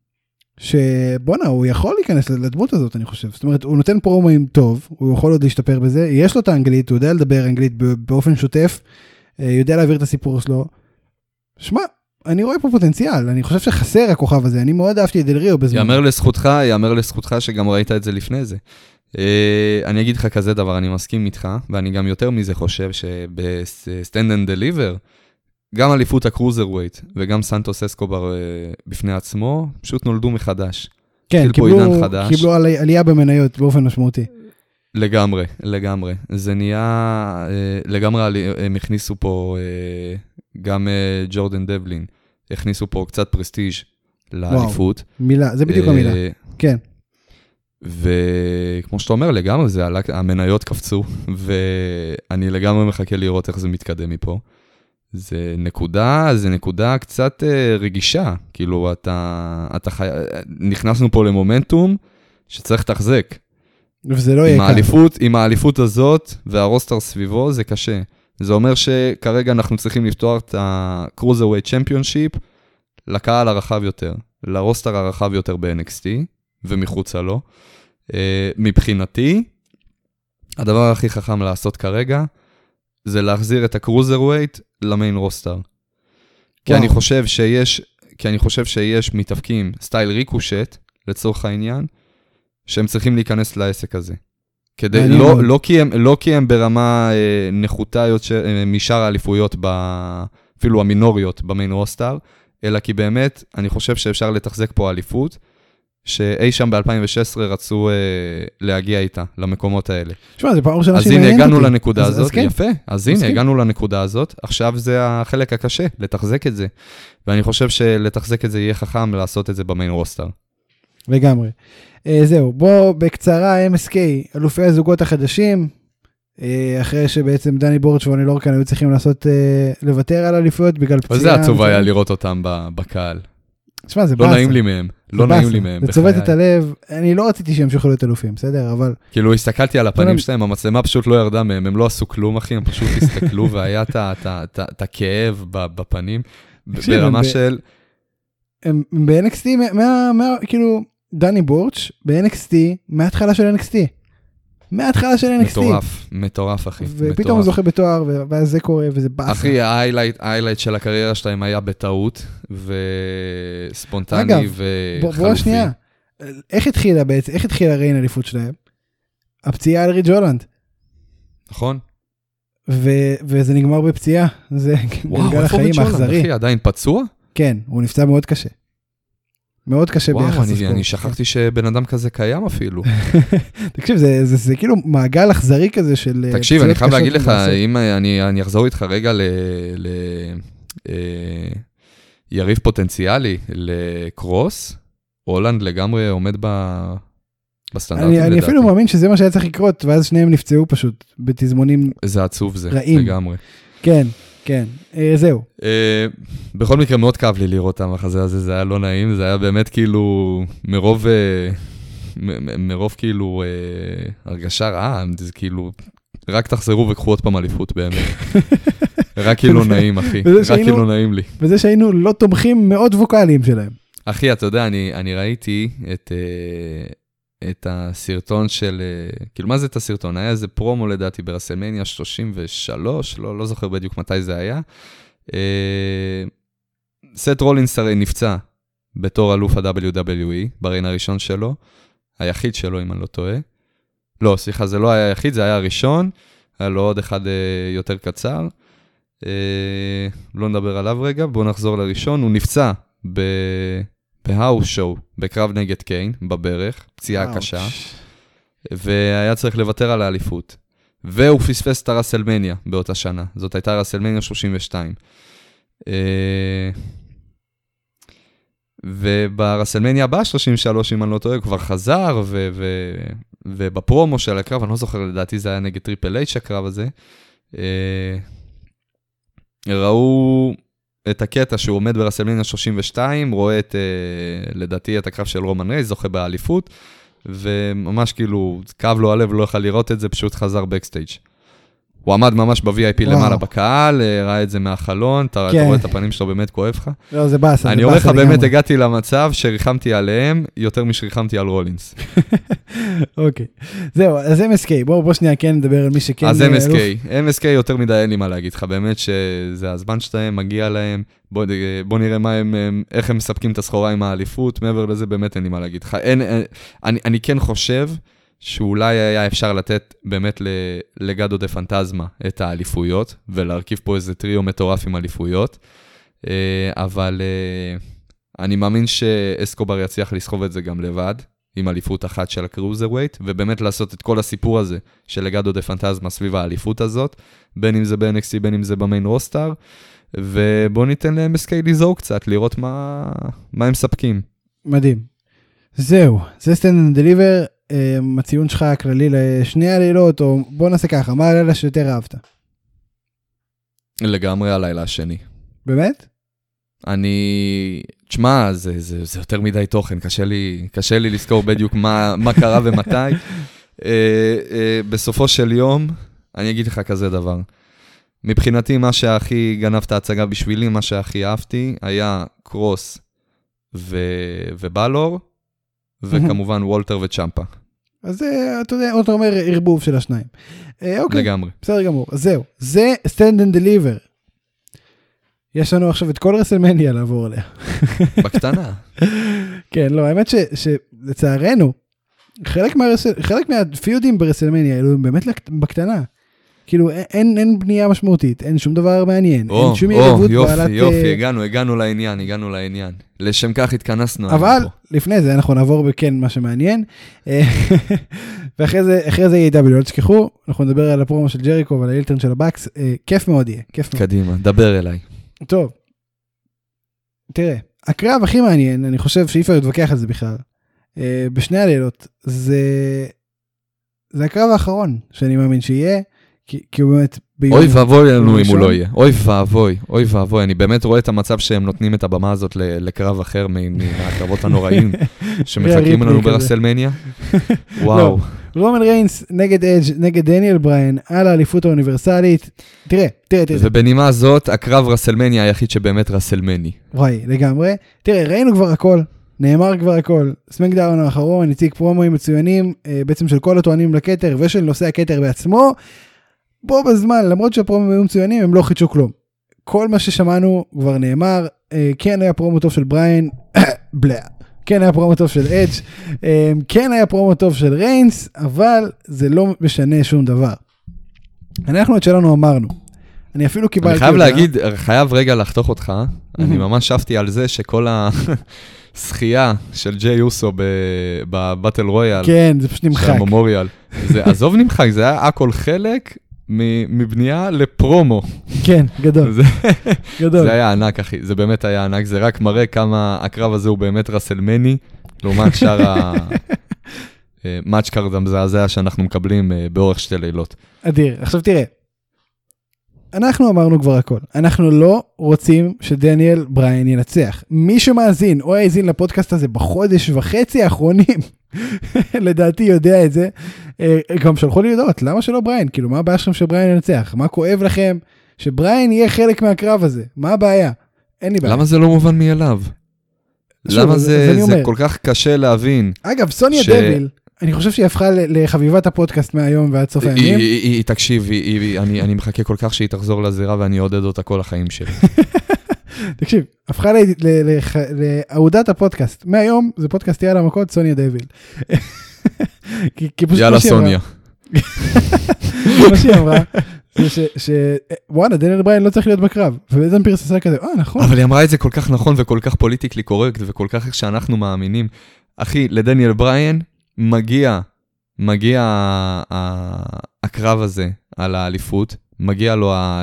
שבונה, הוא יכול להיכנס לדמות הזאת, אני חושב. זאת אומרת, הוא נותן פרומים טוב, הוא יכול עוד להשתפר בזה, יש לו את האנגלית, הוא יודע לדבר אנגלית באופן שוטף, יודע להעביר את הסיפור שלו. שמע, אני רואה פה פוטנציאל, אני חושב שחסר הכוכב הזה, אני מאוד אהבתי את דל ריו בזמן. יאמר לזכותך שגם ראית את זה לפני זה. אני אגיד לך כזה דבר, אני מסכים איתך, ואני גם יותר מזה חושב שבסטנד אנד דליבר, גם אליפות הקרוזר ווייט, וגם סנטוס אסקובר בפני עצמו, פשוט נולדו מחדש. כן, קיבלו עלייה במניות באופן משמעותי. לגמרי. זה נהיה, לגמרי הם הכניסו פה, גם ג'ורדן דבלין, הכניסו פה קצת פרסטיג' לאליפות. מילה, זה בדיוק המילה, כן. וכמו שאתה אומר, לגמרי זה, המניות קפצו, ואני לגמרי מחכה לראות איך זה מתקדם מפה. זה נקודה קצת רגישה, כאילו נכנסנו פה למומנטום שצריך תחזק. וזה לא יהיה עם האליפות הזאת והרוסטר סביבו זה קשה. זה אומר שכרגע אנחנו צריכים לפתוח את ה-Cruiserweight Championship לקהל הרחב יותר, לרוסטר הרחב יותר ב-NXT ומחוצה לו. מבחינתי, הדבר הכי חכם לעשות כרגע, זה להחזיר את ה-Cruiserweight למיין רוסטר. כי אני חושב שיש מתאבקים סטייל ריקושט, לצורך העניין, שהם צריכים להיכנס לעסק הזה. כדי, לא כי הם ברמה נחותה משאר האליפויות, אפילו המינוריות במיין רוסטר, אלא כי באמת, אני חושב שאפשר לתחזק פה האליפות, שאי שם ב-2016 רצו להגיע איתה, למקומות האלה. שמה, זה פעם ראשונה אז הנה, הגענו לנקודה הזאת, יפה, אז הנה, הגענו לנקודה הזאת, עכשיו זה החלק הקשה, לתחזק את זה, ואני חושב שלתחזק את זה יהיה חכם, לעשות את זה במיין רוסטר. לגמרי. זהו, בוא בקצרה, MSK, אלופי הזוגות החדשים, אחרי שבעצם דני בורץ' ורוני לורקן היו צריכים לוותר על אליפויות בגלל פציעה. וזה עצוב היה לראות אותם בקהל. תשמע, זה לא נעים לי מהם, לא נעים לי מהם. זה צובט את הלב, אני לא רציתי שהם ימשיכו להיות אלופים, בסדר, אבל... כאילו, הסתכלתי על הפנים שלהם, המצלמה פשוט לא ירדה מהם, הם לא עשו כלום, אחי, הם פשוט הסתכלו, והיה את הכאב בפנים, ברמה של... הם ב-NXT, כאילו, דני בורץ' ב-NXT, מההתחלה של NXT. מההתחלה של NXT. מטורף, אחי. ופתאום הוא זוכה בתואר, ואז זה קורה, וזה באסה. אחי, ההיילייט של הקריירה שלהם היה בטעות, וספונטני וחלופי. בוא שנייה, איך התחילה ריין האליפות שלהם? הפציעה על ריץ' הולנד. נכון. וזה נגמר בפציעה. זה גלגל החיים האכזרי. אחי, עדיין פצוע? כן, הוא נפצע מאוד קשה. מאוד קשה ביחס לספורט. וואו, אני שכחתי שבן אדם כזה קיים אפילו. תקשיב, זה כאילו מעגל אכזרי כזה של... תקשיב, אני חייב להגיד לך, אם אני אחזור איתך רגע יריב פוטנציאלי לקרוס, הולנד לגמרי עומד בסטנדרטים לדעתי. אני אפילו מאמין שזה מה שהיה צריך לקרות, ואז שניהם נפצעו פשוט בתזמונים רעים. זה עצוב זה, לגמרי. כן. כן, זהו. בכל מקרה מאוד כאב לי לראות את המחזה הזה, זה היה לא נעים, זה היה באמת כאילו מרוב כאילו הרגשה רעה, זה כאילו, רק תחזרו וקחו עוד פעם אליפות באמת. רק כאילו נעים, אחי, רק כאילו נעים לי. וזה שהיינו לא תומכים מאוד ווקליים שלהם. אחי, אתה יודע, אני ראיתי את הסרטון של, כאילו מה זה את הסרטון? היה איזה פרומו לדעתי ברסלמניה 33, לא זוכר בדיוק מתי זה היה. סט רולינס הרי נפצע בתור אלוף ה-WWE, בריין הראשון שלו, היחיד שלו אם אני לא טועה. לא, סליחה, זה לא היה היחיד, זה היה הראשון, היה לו עוד אחד יותר קצר. לא נדבר עליו רגע, בואו נחזור לראשון, הוא נפצע בהאוס שואו, בקרב נגד קיין, בברך, פציעה קשה, והיה צריך לוותר על האליפות. והוא פספס את הרסלמניה באותה שנה, זאת הייתה רסלמניה 32. וברסלמניה הבאה 33, אם אני לא טועה, הוא כבר חזר, ובפרומו של הקרב, אני לא זוכר לדעתי, זה היה נגד טריפל אייץ' הקרב הזה, ראו את הקטע שהוא עומד ברסלמניה 32, רואה לדעתי את הקרב של רומן רייז, זוכה באליפות, וממש כאילו, כאב לו הלב, לא יכל לראות את זה, פשוט חזר בקסטייג'. הוא עמד ממש ב-VIP למעלה בקהל, ראה את זה מהחלון, אתה רואה את הפנים שלו, באמת כואב לך. לא, זה באסה. אני אומר לך, באמת הגעתי למצב שריחמתי עליהם, יותר משריחמתי על רולינס. אוקיי. זהו, אז MSK, בוא שנייה כן נדבר על מי שכן... אז MSK יותר מדי אין לי מה להגיד לך, באמת שזה הזמן שלהם, מגיע להם, בוא נראה איך הם מספקים את הסחורה עם האליפות, מעבר לזה באמת אין לי מה להגיד לך. אני כן חושב שאולי היה אפשר לתת באמת לגדו דה פנטזמה את האליפויות, ולהרכיב פה איזה טריו מטורף עם אליפויות, אבל אני מאמין שאסקובר יצליח לסחוב את זה גם לבד, עם אליפות אחת של הקרוזרווייט, ובאמת לעשות את כל הסיפור הזה של לגדו דה פנטזמה סביב האליפות הזאת, בין אם זה ב-NXT, בין אם זה במיין רוסטר, ובוא ניתן ל-MSK לזור קצת, לראות מה הם מספקים. מדהים. זהו, זה סטנד אנד דליבר, הציון שלך הכללי לשני הלילות, או בוא נעשה ככה, מה הלילה שיותר אהבת? לגמרי הלילה השני. באמת? תשמע, זה יותר מדי תוכן, קשה לי לזכור בדיוק מה קרה ומתי. בסופו של יום, אני אגיד לך כזה דבר. מבחינתי, מה שהכי גנב את ההצגה בשבילי, מה שהכי אהבתי, היה קרוס ובלור, וכמובן וולטר וצ'מפה. אז אתה יודע, אתה אומר ערבוב של השניים. אוקיי, לגמרי. בסדר גמור. אז זהו, זה stand and deliver. יש לנו עכשיו את כל רסלמניה לעבור עליה. בקטנה. כן, לא, האמת שלצערנו, חלק מהפיודים ברסלמניה אלו הם באמת בקטנה. כאילו אין בנייה משמעותית, אין שום דבר מעניין, אין שום יריבות בעלת... יופי, הגענו לעניין. לשם כך התכנסנו. אבל לפני זה אנחנו נעבור בכן מה שמעניין, ואחרי זה AEW, לא תשכחו, אנחנו נדבר על הפרומו של ג'ריקו ועל האילטרן של הבאקס, כיף מאוד יהיה, כיף מאוד. קדימה, דבר אליי. טוב, תראה, הקרב הכי מעניין, אני חושב שאי אפשר להתווכח על זה בכלל, בשני הלילות, זה הקרב האחרון שאני מאמין שיהיה, כי הוא באמת... אוי ואבוי לנו אם הוא לא יהיה. אוי ואבוי. אני באמת רואה את המצב שהם נותנים את הבמה הזאת לקרב אחר מהקרבות הנוראים שמחכים לנו ברסלמניה. וואו. רומן ריינס נגד אדג' נגד דניאל בריין על האליפות האוניברסלית. תראה. ובנימה הזאת, הקרב רסלמניה היחיד שבאמת רסלמני. וואי, לגמרי. תראה, ראינו כבר הכל. נאמר כבר הכל. סמקדאון האחרון הציג פרומואים מצוינים, בעצם של כל הטוענים לכתר ושל נושא הכתר בעצמו. בו בזמן, למרות שהפרומים היו מצוינים, הם לא חידשו כלום. כל מה ששמענו כבר נאמר, כן היה פרומו טוב של בריין, כן היה פרומו טוב של אדג', כן היה פרומו טוב של ריינס, אבל זה לא משנה שום דבר. אנחנו את שלנו אמרנו. אני אפילו קיבלתי... אני חייב להגיד, חייב רגע לחתוך אותך, אני ממש שבתי על זה שכל השחייה של ג'יי יוסו בבטל רויאל, כן, זה פשוט נמחק. שהממוריאל, עזוב נמחק, זה היה הכל חלק מבנייה לפרומו. כן, גדול. זה היה ענק, אחי, זה באמת היה ענק, זה רק מראה כמה הקרב הזה הוא באמת רסלמני, לעומת שאר המאצ'קארד המזעזע שאנחנו מקבלים באורך 2 לילות. אדיר, עכשיו תראה, אנחנו אמרנו כבר הכל, אנחנו לא רוצים שדניאל בריין ינצח. מי שמאזין או האזין לפודקאסט הזה בחודש וחצי האחרונים, לדעתי יודע את זה, גם שלחו לי יודעות, למה שלא בריין? כאילו, מה הבעיה שלכם שבריין ינצח? מה כואב לכם שבריין יהיה חלק מהקרב הזה? מה הבעיה? אין לי בעיה. למה זה לא מובן מאליו? למה זה כל כך קשה להבין? אגב, סוניה דביל, אני חושב שהיא הפכה לחביבת הפודקאסט מהיום ועד סוף הימים. תקשיב, אני מחכה כל כך שהיא תחזור לזירה ואני אעודד אותה כל החיים שלי. תקשיב, הפכה לעודת הפודקאסט. מהיום זה פודקאסט יאללה מכות, סוניה דביל. יאללה סוניה. מה שהיא אמרה, זה שוואלה, דניאל בריין לא צריך להיות בקרב. ואיזן פירס עשה כזה, נכון. אבל היא אמרה את זה כל כך נכון וכל כך פוליטיקלי קורקט וכל כך איך שאנחנו מאמינים. אחי, לדניאל בריין מגיע הקרב הזה על האליפות, מגיע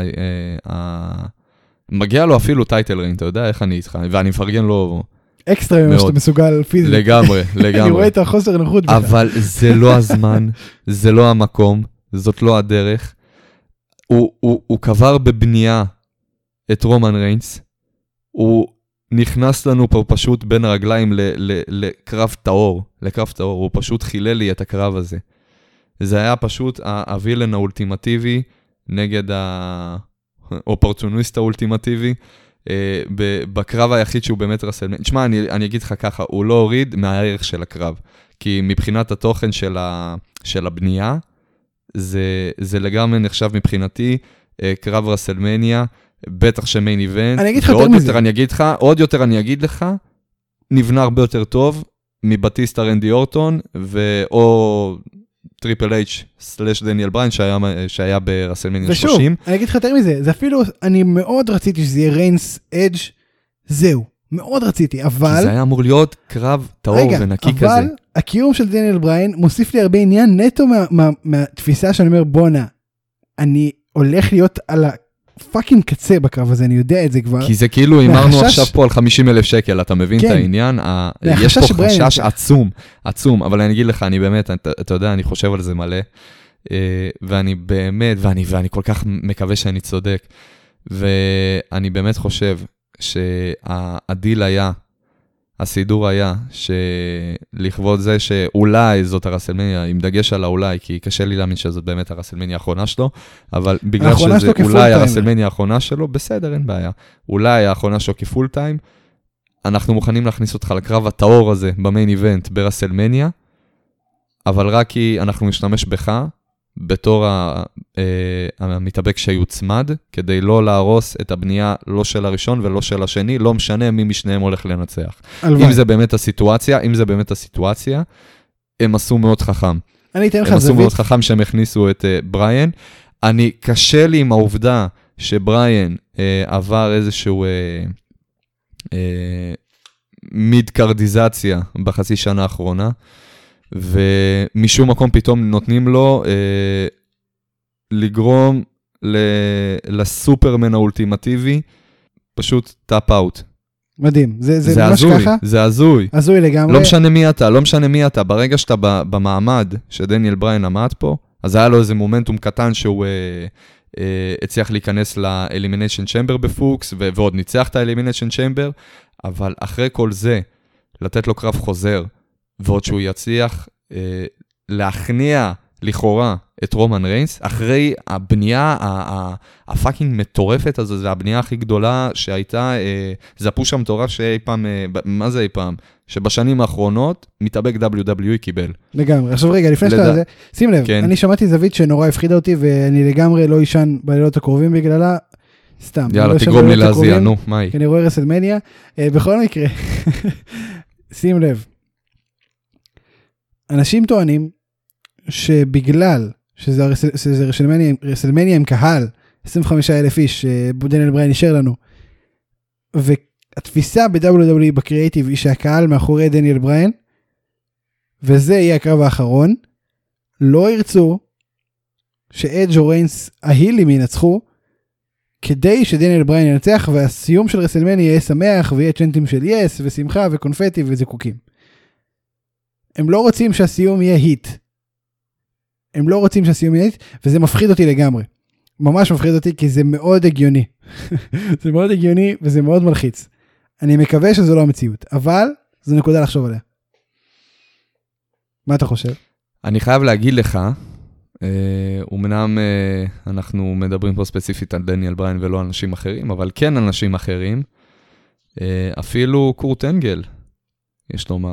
לו אפילו טייטל ריין, אתה יודע איך אני איתך, ואני מפרגן לו אקסטרה ממה שאתה מסוגל פיזית. לגמרי. אני רואה את החוסר נוחות בכלל. אבל זה לא הזמן, זה לא המקום, זאת לא הדרך. הוא קבר בבנייה את רומן ריינס, הוא נכנס לנו פה פשוט בין הרגליים לקרב טהור, הוא פשוט חילל לי את הקרב הזה. זה היה פשוט הווילן האולטימטיבי נגד האופורטוניסט האולטימטיבי, בקרב היחיד שהוא באמת רסלמניה. תשמע, אני אגיד לך ככה, הוא לא הוריד מהערך של הקרב, כי מבחינת התוכן של הבנייה, זה לגמרי נחשב מבחינתי קרב רסלמניה, בטח שמיין איבנט, עוד יותר אני אגיד לך, נבנה הרבה יותר טוב מבטיסטה רנדי אורטון, או טריפל אייץ' סלש דניאל בריין שהיה ברסלמניה 30. ושוב, אני אגיד לך יותר מזה, זה אפילו, אני מאוד רציתי שזה יהיה ריינס אדג' זהו, מאוד רציתי, אבל... זה היה אמור להיות קרב טהור ונקי כזה. אבל הקיום של דניאל בריין מוסיף לי הרבה עניין נטו מהתפיסה שאני אומר, בונה, אני הולך להיות על פאקינג קצה בקרב הזה, אני יודע את זה כבר. כי זה כאילו, אמרנו עכשיו פה על 50,000 שקל, אתה מבין את העניין? יש פה חשש עצום, אבל אני אגיד לך, אני באמת, אתה יודע, אני חושב על זה מלא, ואני באמת, ואני כל כך מקווה שאני צודק, ואני באמת חושב שהדיל היה, הסידור היה, שלכבוד זה שאולי זאת הרסלמניה, עם דגש על האולי, כי קשה לי להאמין שזאת באמת הרסלמניה האחרונה שלו, אבל בגלל שזה אולי הרסלמניה האחרונה שלו, בסדר, אין בעיה. אולי האחרונה שלו כפול טיים, אנחנו מוכנים להכניס אותך לקרב הטהור הזה, במיין איבנט, ברסלמניה, אבל רק כי אנחנו נשתמש בך, בתור המתאבק שיוצמד, כדי לא להרוס את הבנייה לא של הראשון ולא של השני, לא משנה מי משניהם הולך לנצח. אם זה באמת הסיטואציה, הם עשו מאוד חכם. אני אתן לך הם עשו מאוד חכם שהם הכניסו את בריין. קשה לי עם העובדה שבריין עבר איזשהו מיד-קרדיזציה בחצי שנה האחרונה, ומשום מקום פתאום נותנים לו לגרום לסופרמן האולטימטיבי, פשוט טאפ אאוט. מדהים, זה ממש ככה? זה הזוי. הזוי לגמרי. לא משנה מי אתה, ברגע שאתה במעמד שדניאל בריין עמד פה, אז היה לו איזה מומנטום קטן שהוא הצליח להיכנס לאלימיניישן צ'מבר בפוקס, ועוד ניצח את האלימיניישן צ'מבר, אבל אחרי כל זה, לתת לו קרב חוזר, ועוד שהוא יצליח להכניע לכאורה את רומן ריינס, אחרי הבנייה הפאקינג מטורפת הזו, זה הבנייה הכי גדולה שהייתה, זה הפוש המטורף שאי פעם, מה זה אי פעם? שבשנים האחרונות, מתאבק WWE קיבל. לגמרי. עכשיו רגע, לפני שאתה זה, שים לב, אני שמעתי זווית שנורא הפחידה אותי, ואני לגמרי לא ישן בלילות הקרובים בגללה, סתם. יאללה, תגרום לי להזיע, נו, מה היא? כי אני רואה רסלמניה. בכל מקרה, שים לב, אנשים טוענים שבגלל שזה רסלמניה עם קהל, 25,000 איש, דניאל בריין נשאר לנו, והתפיסה ב-WWE בקריאייטיב היא שהקהל מאחורי דניאל בריין, וזה יהיה הקרב האחרון, לא ירצו שאדג' או ריינס ההילים ינצחו, כדי שדניאל בריין ינצח, והסיום של רסלמניה יהיה שמח, ויהיה צ'נטים של יס, ושמחה, וקונפטי, וזיקוקים. הם לא רוצים שהסיום יהיה היט. הם לא רוצים שהסיום יהיה היט, וזה מפחיד אותי לגמרי. ממש מפחיד אותי, כי זה מאוד הגיוני. זה מאוד הגיוני, וזה מאוד מלחיץ. אני מקווה שזו לא המציאות, אבל זו נקודה לחשוב עליה. מה אתה חושב? אני חייב להגיד לך, אומנם אנחנו מדברים פה ספציפית על דניאל בריין ולא אנשים אחרים, אבל כן אנשים אחרים, אפילו קורט אנגל, יש לומר,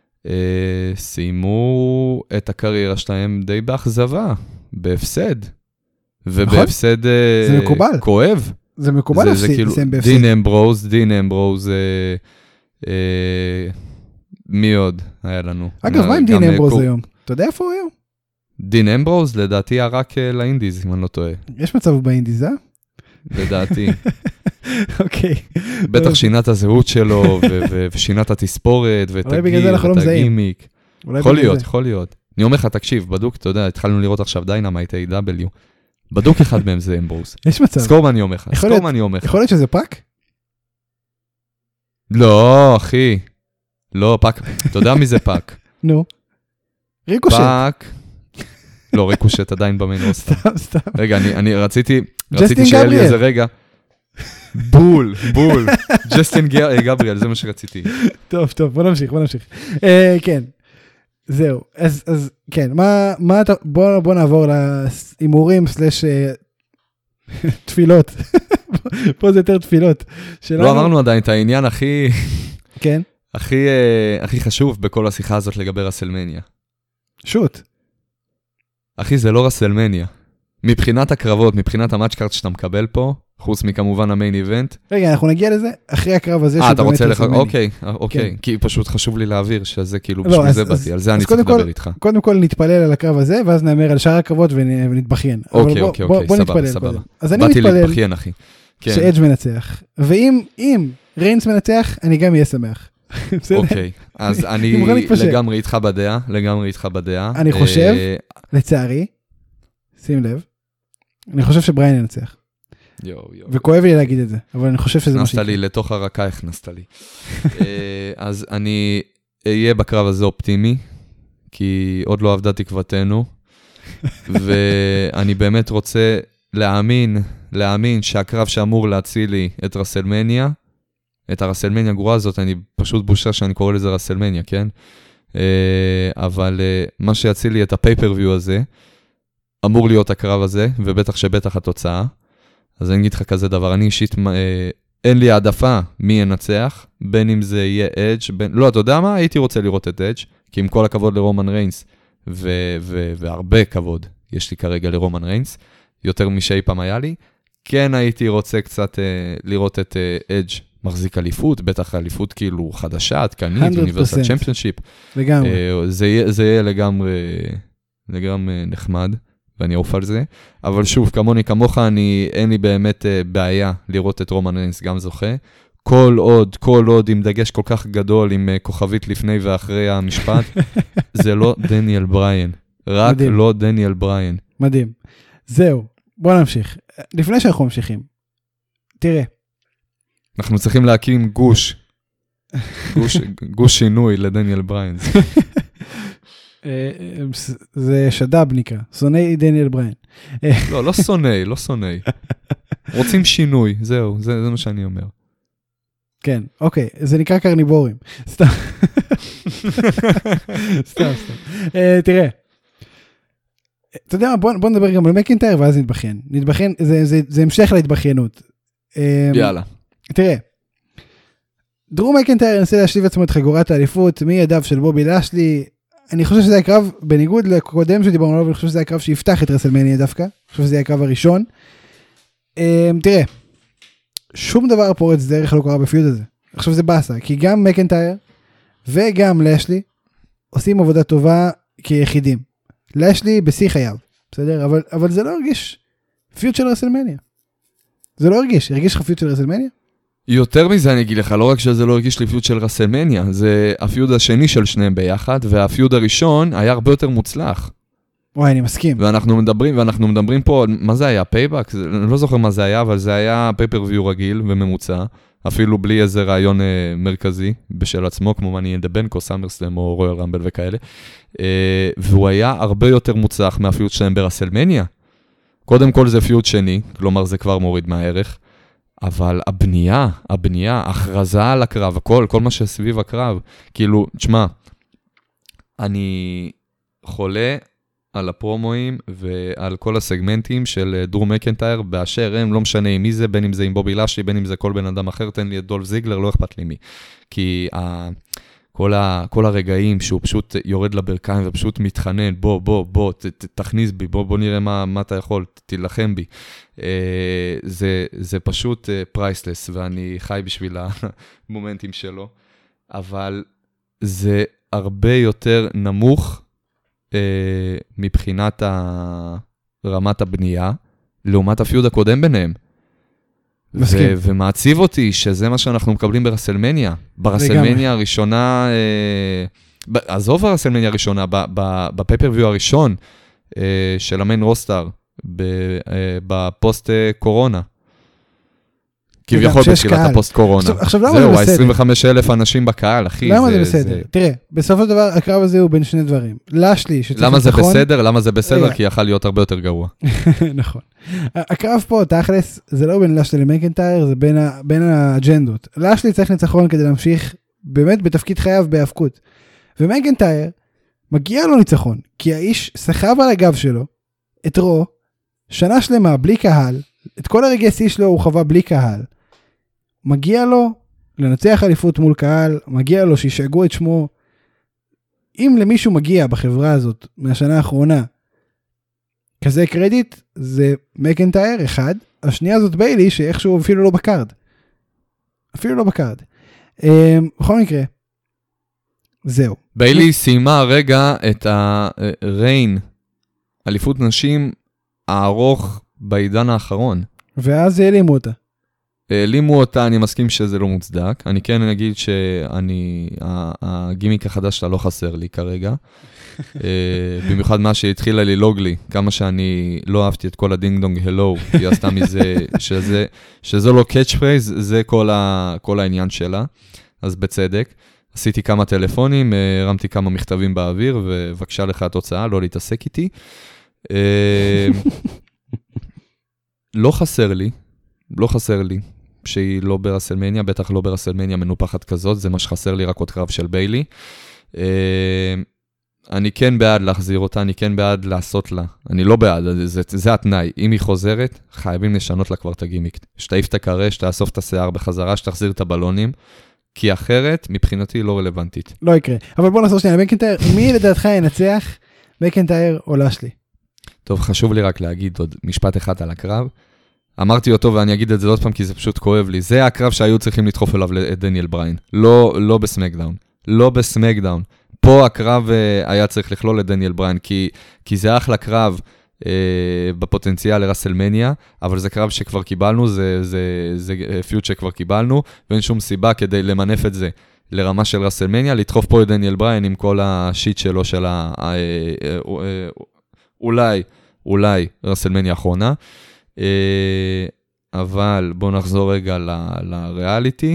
סיימו את הקריירה שלהם די באכזבה, בהפסד, ובהפסד כואב. זה מקובל לסיים בהפסד. דין אמברוז, מי עוד היה לנו? אגב, מה עם דין אמברוז היום? אתה יודע איפה הוא היום? דין אמברוז, לדעתי, היה רק לאינדיז, אם אני לא טועה. יש מצב באינדיז, לדעתי. אוקיי. בטח שינת הזהות שלו, ושינת התספורת, ואת הגיל, ואת הגימיק. יכול להיות. אני אומר לך, תקשיב, בדוק, אתה יודע, התחלנו לראות עכשיו דיינמייט, A.W. בדוק אחד מהם זה אמברוז. יש מצב. סקור מה אני אומר לך. יכול להיות שזה פאק? לא, אחי. לא, פאק. אתה יודע מי זה פאק? נו. ריקושט. פאק. לא, ריקושט עדיין במיין רוסטר. סתם. רגע, אני רציתי שיהיה לי איזה רגע. בול. ג'סטין גבריאל, זה מה שרציתי. טוב, בוא נמשיך. כן. זהו. אז כן, בוא נעבור להימורים / תפילות. פה זה יותר תפילות. לא אמרנו עדיין את העניין כן. הכי חשוב בכל השיחה הזאת לגבי רסלמניה. שוט. אחי, זה לא רסלמניה. מבחינת הקרבות, מבחינת המאצ'קארט שאתה מקבל פה, חוץ מכמובן המיין איבנט. רגע, אנחנו נגיע לזה אחרי הקרב הזה. אתה רוצה אוקיי. כי פשוט חשוב לי להעביר שזה כאילו בשביל זה באתי, על זה אני צריך לדבר איתך. קודם כל נתפלל על הקרב הזה, ואז נאמר על שאר הקרבות ונתבחיין. אוקיי, סבבה. אז אני מתפלל שאדג' מנצח. ואם ריינס מנצח, אני גם אהיה שמח. אוקיי, אז אני לגמרי איתך בדעה. אני חושב, לצערי, שים לב, אני חושב שבריין ינצח. וכואב לי להגיד את זה, אבל אני חושב שזה מה שיקרה. הכנסת לי, לתוך הרקה הכנסת לי. אז אני אהיה בקרב הזה אופטימי, כי עוד לא עבדה תקוותנו, ואני באמת רוצה להאמין שהקרב שאמור להציל לי את רסלמניה, את הרסלמניה הגרועה הזאת, אני פשוט בושה שאני קורא לזה רסלמניה, כן? אבל מה שיציל לי את הפייפרוויו הזה, אמור להיות הקרב הזה, ובטח התוצאה. אז אני אגיד לך כזה דבר, אני אישית, אין לי העדפה מי ינצח, בין אם זה יהיה אדג', לא, אתה יודע מה? הייתי רוצה לראות את אדג', כי עם כל הכבוד לרומן ריינס, והרבה כבוד, יש לי כרגע לרומן ריינס, יותר משאי פעם היה לי. כן הייתי רוצה קצת לראות את אדג' מחזיק אליפות, בטח אליפות כאילו חדשה, עדכנית, אוניברסל צ'מפיונשיפ. לגמרי. זה יהיה לגמרי נחמד, ואני אעוף על זה. אבל שוב, כמוך, אין לי באמת בעיה לראות את רומן ריינס גם זוכה. כל עוד עם דגש כל כך גדול, עם כוכבית לפני ואחרי המשפט, זה לא דניאל בריין. רק מדהים. לא דניאל בריין. מדהים. זהו, בוא נמשיך. לפני שאנחנו ממשיכים, תראה. אנחנו צריכים להקים גוש שינוי לדניאל בריין. זה שדב נקרא, שונאי דניאל בריין. לא שונאי. רוצים שינוי, זהו, זה מה שאני אומר. כן, אוקיי, זה נקרא קרניבורים. סתם. תראה. אתה יודע מה, בוא נדבר גם על מקינטייר ואז נתבחן, זה המשך להתבחיינות. יאללה. תראה, דרו מקינטייר ינסה להשליב עצמו את חגורת האליפות מידיו של בובי לשלי. אני חושב שזה הקרב, בניגוד לקודם שדיברנו עליו, אני חושב שזה הקרב שיפתח את רסלמניה דווקא. אני חושב שזה הקרב הראשון. תראה, שום דבר פורץ דרך לא קרה בפיוד הזה. עכשיו זה בסה, כי גם מקינטייר וגם לשלי עושים עבודה טובה כיחידים. לשלי בשיא חייו, בסדר? אבל זה לא הרגיש פיוד של רסלמניה. זה לא הרגיש לך פיוד של רסלמניה? יותר מזה אני אגיד לך, לא רק שזה לא הרגיש לי פיוד של רסלמניה, זה הפיוד השני של שניהם ביחד, והפיוד הראשון היה הרבה יותר מוצלח. וואי, אני מסכים. ואנחנו מדברים פה, מה זה היה? פייבק? אני לא זוכר מה זה היה, אבל זה היה פייפריוויו רגיל וממוצע, אפילו בלי איזה רעיון מרכזי בשל עצמו, כמו מני אין דה בנק או סאמרסלם או רויאל רמבל וכאלה, והוא היה הרבה יותר מוצלח מהפיוד שלהם ברסלמניה. קודם כל זה פיוד שני, כלומר זה כבר מוריד מהערך, אבל הבנייה, הכרזה על הקרב, כל מה שסביב הקרב, כאילו, תשמע, אני חולה על הפרומואים ועל כל הסגמנטים של דרו מקינטייר באשר הם, לא משנה מי זה, בין אם זה עם בובי לשלי, בין אם זה כל בן אדם אחר, תן לי את דולף זיגלר, לא אכפת לי מי. כי כל הרגעים שהוא פשוט יורד לברכיים ופשוט מתחנן, בוא, תכניס בי, בוא נראה מה אתה יכול, תילחם בי. זה פשוט פרייסלס, ואני חי בשביל המומנטים שלו, אבל זה הרבה יותר נמוך מבחינת רמת הבנייה, לעומת הפיוד הקודם ביניהם. ומעציב אותי שזה מה שאנחנו מקבלים ברסלמניה. ברסלמניה הראשונה, עזוב הרסלמניה הראשונה, בפייפריוויו הראשון של המיין רוסטר, בפוסט קורונה. כביכול בתחילת הפוסט קורונה. עכשיו למה זה בסדר? זהו, 25,000 אנשים בקהל, אחי. למה זה בסדר? תראה, בסופו של דבר, הקרב הזה הוא בין שני דברים. לשלי, למה זה בסדר? כי יכל להיות הרבה יותר גרוע. נכון. הקרב פה, תכלס, זה לא בין לשלי למקינטייר, זה בין האג'נדות. לשלי צריך ניצחון כדי להמשיך באמת בתפקיד חייו בהאבקות. ומקינטייר, מגיע לו ניצחון, כי האיש סחב על הגב שלו, את רו, שנה שלמה, בלי קהל, את כל הרגעי שיא שלו הוא חווה בלי קהל. מגיע לו לנצח אליפות מול קהל, מגיע לו שישגעו את שמו. אם למישהו מגיע בחברה הזאת מהשנה האחרונה, כזה קרדיט, זה מקינטייר אחד, השנייה זאת ביילי שאיכשהו אפילו לא בקארד. בכל מקרה, זהו. ביילי סיימה רגע את הריין, אליפות נשים הארוך בעידן האחרון. ואז העלימו אותה, אני מסכים שזה לא מוצדק. אני כן אגיד הגימיק החדש שלה לא חסר לי כרגע. במיוחד מה שהתחילה ללוג לי, כמה שאני לא אהבתי את כל הדינג דונג הלו, היא עשתה מזה, שזה לא קאץ' פרייז, זה כל העניין שלה. אז בצדק. עשיתי כמה טלפונים, הרמתי כמה מכתבים באוויר, ובקשה לך התוצאה, לא להתעסק איתי. לא חסר לי שהיא לא ברסלמניה, בטח לא ברסלמניה מנופחת כזאת, זה מה שחסר לי רק עוד קרב של ביילי. אני כן בעד להחזיר אותה, אני כן בעד לעשות לה, אני לא בעד, זה התנאי, אם היא חוזרת, חייבים לשנות לה כבר את הגימיק, שתעיף את הקרש, שתאסוף את השיער בחזרה, שתחזיר את הבלונים, כי אחרת, מבחינתי היא לא רלוונטית. לא יקרה, אבל בוא נעשור שנייה, מקינטייר, מי לדעתך ינצח, מקינטייר או לשלי? טוב, חשוב לי רק להגיד עוד משפט אחד על הקרב. אמרתי אותו ואני אגיד את זה עוד פעם כי זה פשוט כואב לי. זה הקרב שהיו צריכים לדחוף אליו לדניאל בריין. לא בסמקדאון. לא בסמקדאון. פה הקרב היה צריך לכלול לדניאל בריין, כי זה אחלה קרב בפוטנציאל לרסלמניה, אבל זה קרב שכבר קיבלנו, זה פיוט שכבר קיבלנו, ואין שום סיבה כדי למנף את זה לרמה של רסלמניה, לדחוף פה את דניאל בריין עם כל השיט שלו של אולי רסלמניה האחרונה. אבל בואו נחזור רגע לריאליטי.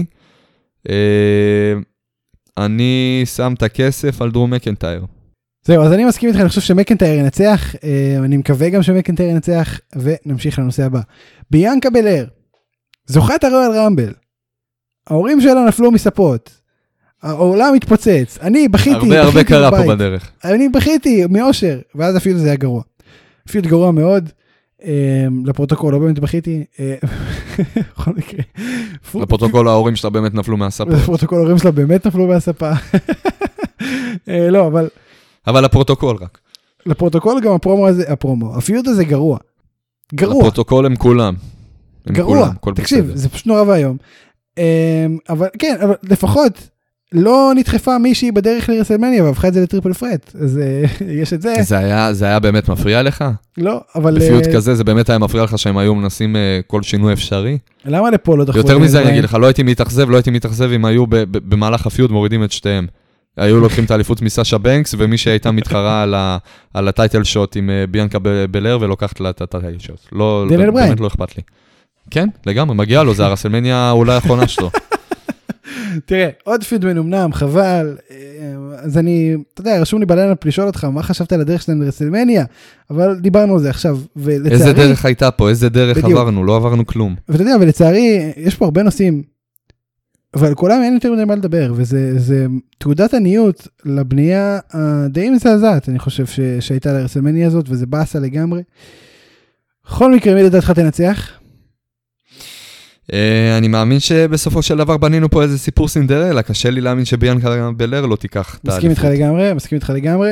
אני שם את הכסף על דרום מקנטייר. זהו, אז אני מסכים איתך, אני חושב שמקנטייר ינצח, אני מקווה גם שמקנטייר ינצח, ונמשיך לנושא הבא. ביאנקה בלר, זוכת הרואל רמבל, ההורים שלה נפלו מספות, העולם מתפוצץ, אני בכיתי, הרבה קרה פה בדרך. אני בכיתי מאושר, ואז אפילו זה היה גרוע. אפילו גרוע מאוד, לפרוטוקול, לא באמת בכיתי, בכל מקרה. לפרוטוקול ההורים שלה באמת נפלו מהספה. לפרוטוקול ההורים שלה באמת נפלו מהספה. לא, אבל לפרוטוקול רק. לפרוטוקול גם הפיוט הזה גרוע. גרוע. לפרוטוקול הם כולם. גרוע, תקשיב, זה פשוט נורא והיום. אבל כן, אבל לפחות לא נדחפה מישהי בדרך לרסלמניה, והפכה את זה לטריפל פרט. אז יש את זה. זה היה באמת מפריע לך? לא, אבל... בפיוט כזה זה באמת היה מפריע לך שהם היו מנסים כל שינוי אפשרי? למה לפה לא דחפו? יותר מזה אני אגיד לך, לא הייתי מתאכזב אם היו במהלך הפיוט מורידים את שתיהם. היו לוקחים את האליפות מסאשה בנקס, ומי שהייתה מתחרה על הטייטל שוט עם ביאנקה בלר, ולוקחת לה את הטייטל שוט. באמת לא אכפת לי. כן, לגמרי, מגיע לו, זה הרסלמניה אולי האחרונה שלו. תראה, עוד פיוט מנומנם, חבל, אז אתה יודע, רשום לי בליינאפ לשאול אותך, מה חשבת על הדרך שלנו לרסלמניה? אבל דיברנו על זה עכשיו, ולצערי... איזה דרך הייתה פה, איזה דרך עברנו, לא עברנו כלום. ואתה יודע, ולצערי, יש פה הרבה נושאים, אבל כולם אין יותר מדי מה לדבר, וזה תעודת עניות לבנייה די מזעזעת, אני חושב שהייתה לרסלמניה הזאת, וזה באסה לגמרי. בכל מקרה, מי לדעתך תנצח? אני מאמין שבסופו של דבר בנינו פה איזה סיפור סינדרלה, קשה לי להאמין שביאנקה בלר לא תיקח את האליפות. מסכים איתך לגמרי,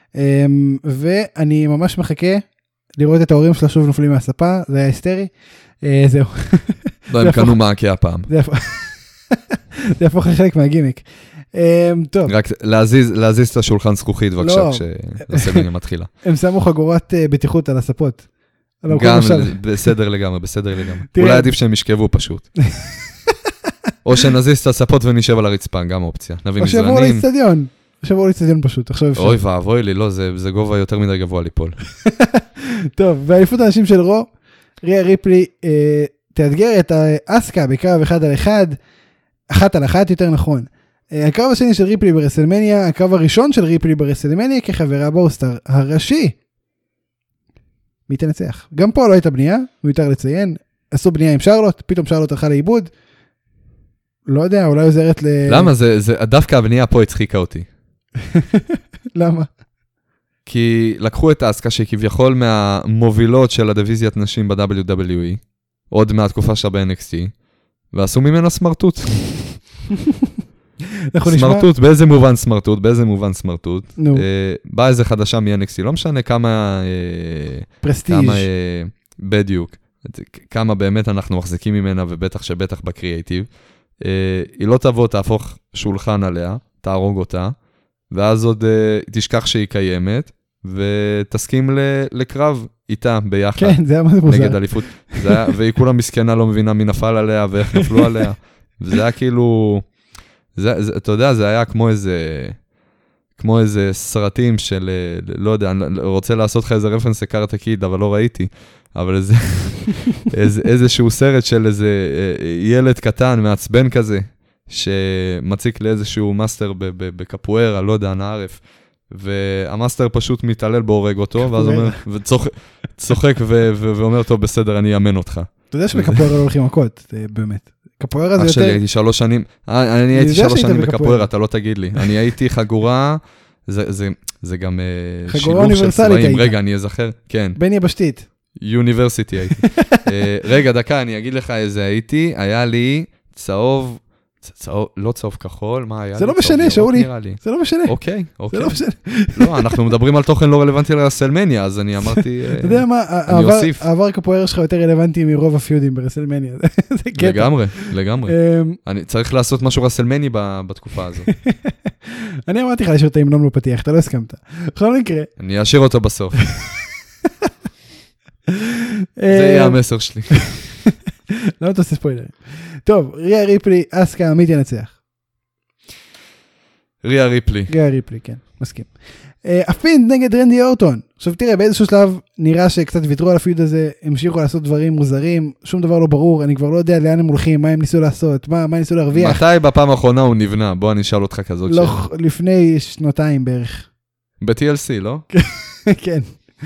ואני ממש מחכה לראות את ההורים שלה שוב נופלים מהספה, זה היה היסטרי, זהו. לא, הם קנו מעקה הפעם. זה יהפוך לחלק מהגימיק. טוב. רק להזיז את השולחן זכוכית, בבקשה, כשהסמניה מתחילה. הם שמו חגורת בטיחות על הספות. גם בסדר לגמרי. אולי עדיף שהם ישכבו פשוט. או שנזיז את הספות ונשב על הרצפה, גם אופציה. נביא מזרנים. או שבו לאצטדיון פשוט. אוי ואבוי לי, לא, זה גובה יותר מדי גבוה ליפול. טוב, והאליפות האנשים של רו, ריה ריפלי תאתגר את האסקה בקרב 1 על 1 יותר נכון. הקרב השני של ריפלי ברסלמניה, הקרב הראשון של ריפלי ברסלמניה כחברה באוסטר הראשי. מי תנצח? גם פה לא הייתה בנייה, מיותר לציין, עשו בנייה עם שרלוט, פתאום שרלוט הלכה לאיבוד, לא יודע, אולי עוזרת למה? דווקא הבנייה פה הצחיקה אותי. למה? כי לקחו את האסקה שכביכול מהמובילות של הדיוויזיית נשים ב-WWE, עוד מהתקופה שלה ב-NXT, ועשו ממנה סמרטוט. סמרטוט, באיזה מובן סמרטוט? באה איזה חדשה מ-NXT, לא משנה כמה... פרסטיג'. בדיוק. כמה באמת אנחנו מחזיקים ממנה, ובטח שבטח בקריאייטיב. היא לא תבוא, תהפוך שולחן עליה, תהרוג אותה, ואז עוד תשכח שהיא קיימת, ותסכים לקרב איתה ביחד. כן, זה היה מאוד מוזר. נגד אליפות. והיא כולה מסכנה לא מבינה מי נפל עליה, ואיך נפלו עליה. וזה היה כאילו... אתה יודע, זה היה כמו איזה סרטים של, לא יודע, אני רוצה לעשות לך איזה רפרנס לקארטה קיד, אבל לא ראיתי, אבל איזשהו סרט של איזה ילד קטן, מעצבן כזה, שמציק לאיזשהו מאסטר בקפוארה, לא יודע, נערף, והמאסטר פשוט מתעלל בהורג אותו, ואז אומר, וצוחק ואומר, טוב, בסדר, אני אאמן אותך. אתה יודע שבקפוארה לא הולכים מכות, באמת. קפוארה זה יותר... אח שלי, הייתי 3 שנים, אני הייתי 3 שנים בקפוארה, אתה לא תגיד לי. אני הייתי חגורה, זה גם שילוב של צבעים. רגע, אני אזכר, כן. בין יבשתית. יוניברסיטי הייתי. רגע, דקה, אני אגיד לך איזה הייתי, היה לי צהוב לא צהוב כחול, מה היה? זה לא משנה, שאולי. זה לא משנה. אוקיי. לא, אנחנו מדברים על תוכן לא רלוונטי לרסלמניה, אז אני אמרתי, אתה יודע מה, העבר כפואר שלך יותר רלוונטי מרוב הפיודים ברסלמניה. לגמרי. אני צריך לעשות משהו רסלמני בתקופה הזו. אני אמרתי לך לשאול את ההמנון לא פתיח, אתה לא הסכמת. בכל מקרה. אני אשאיר אותו בסוף. זה יהיה המסר שלי. לא תעשה ספוילרים. טוב, ריה ריפלי, אסקה, מי תנצח? ריה ריפלי, כן, מסכים. הפיד נגד רנדי אורטון. עכשיו תראה, באיזשהו שלב נראה שקצת ויתרו על הפיד הזה, המשיכו לעשות דברים מוזרים, שום דבר לא ברור, אני כבר לא יודע לאן הם הולכים, מה הם ניסו לעשות, מה ניסו להרוויח. מתי בפעם האחרונה הוא נבנה? בוא אני אשאל אותך כזאת שאלה. לא, לפני 2 בערך. ב-TLC, לא? כן.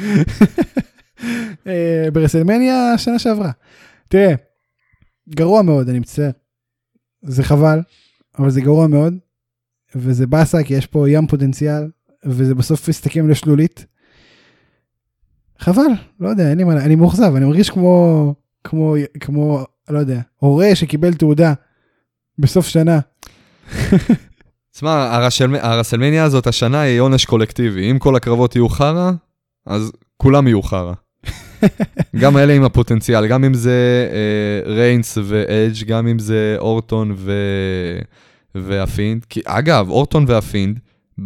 ברסלמניה שנה שעברה. תראה, גרוע מאוד, אני מצטער. זה חבל, אבל זה גרוע מאוד, וזה בסה, כי יש פה ים פוטנציאל, וזה בסוף מסתכם לשלולית. חבל, לא יודע, אין לי מה, אני מאוכזב, אני מרגיש כמו, לא יודע, הורה שקיבל תעודה בסוף שנה. תשמע, הרסלמניה הזאת השנה היא עונש קולקטיבי. אם כל הקרבות יהיו חרה, אז כולם יהיו חרה. גם אלה עם הפוטנציאל, גם אם זה ריינס ואדג', גם אם זה אורטון והפינד. כי אגב, אורטון והפינד,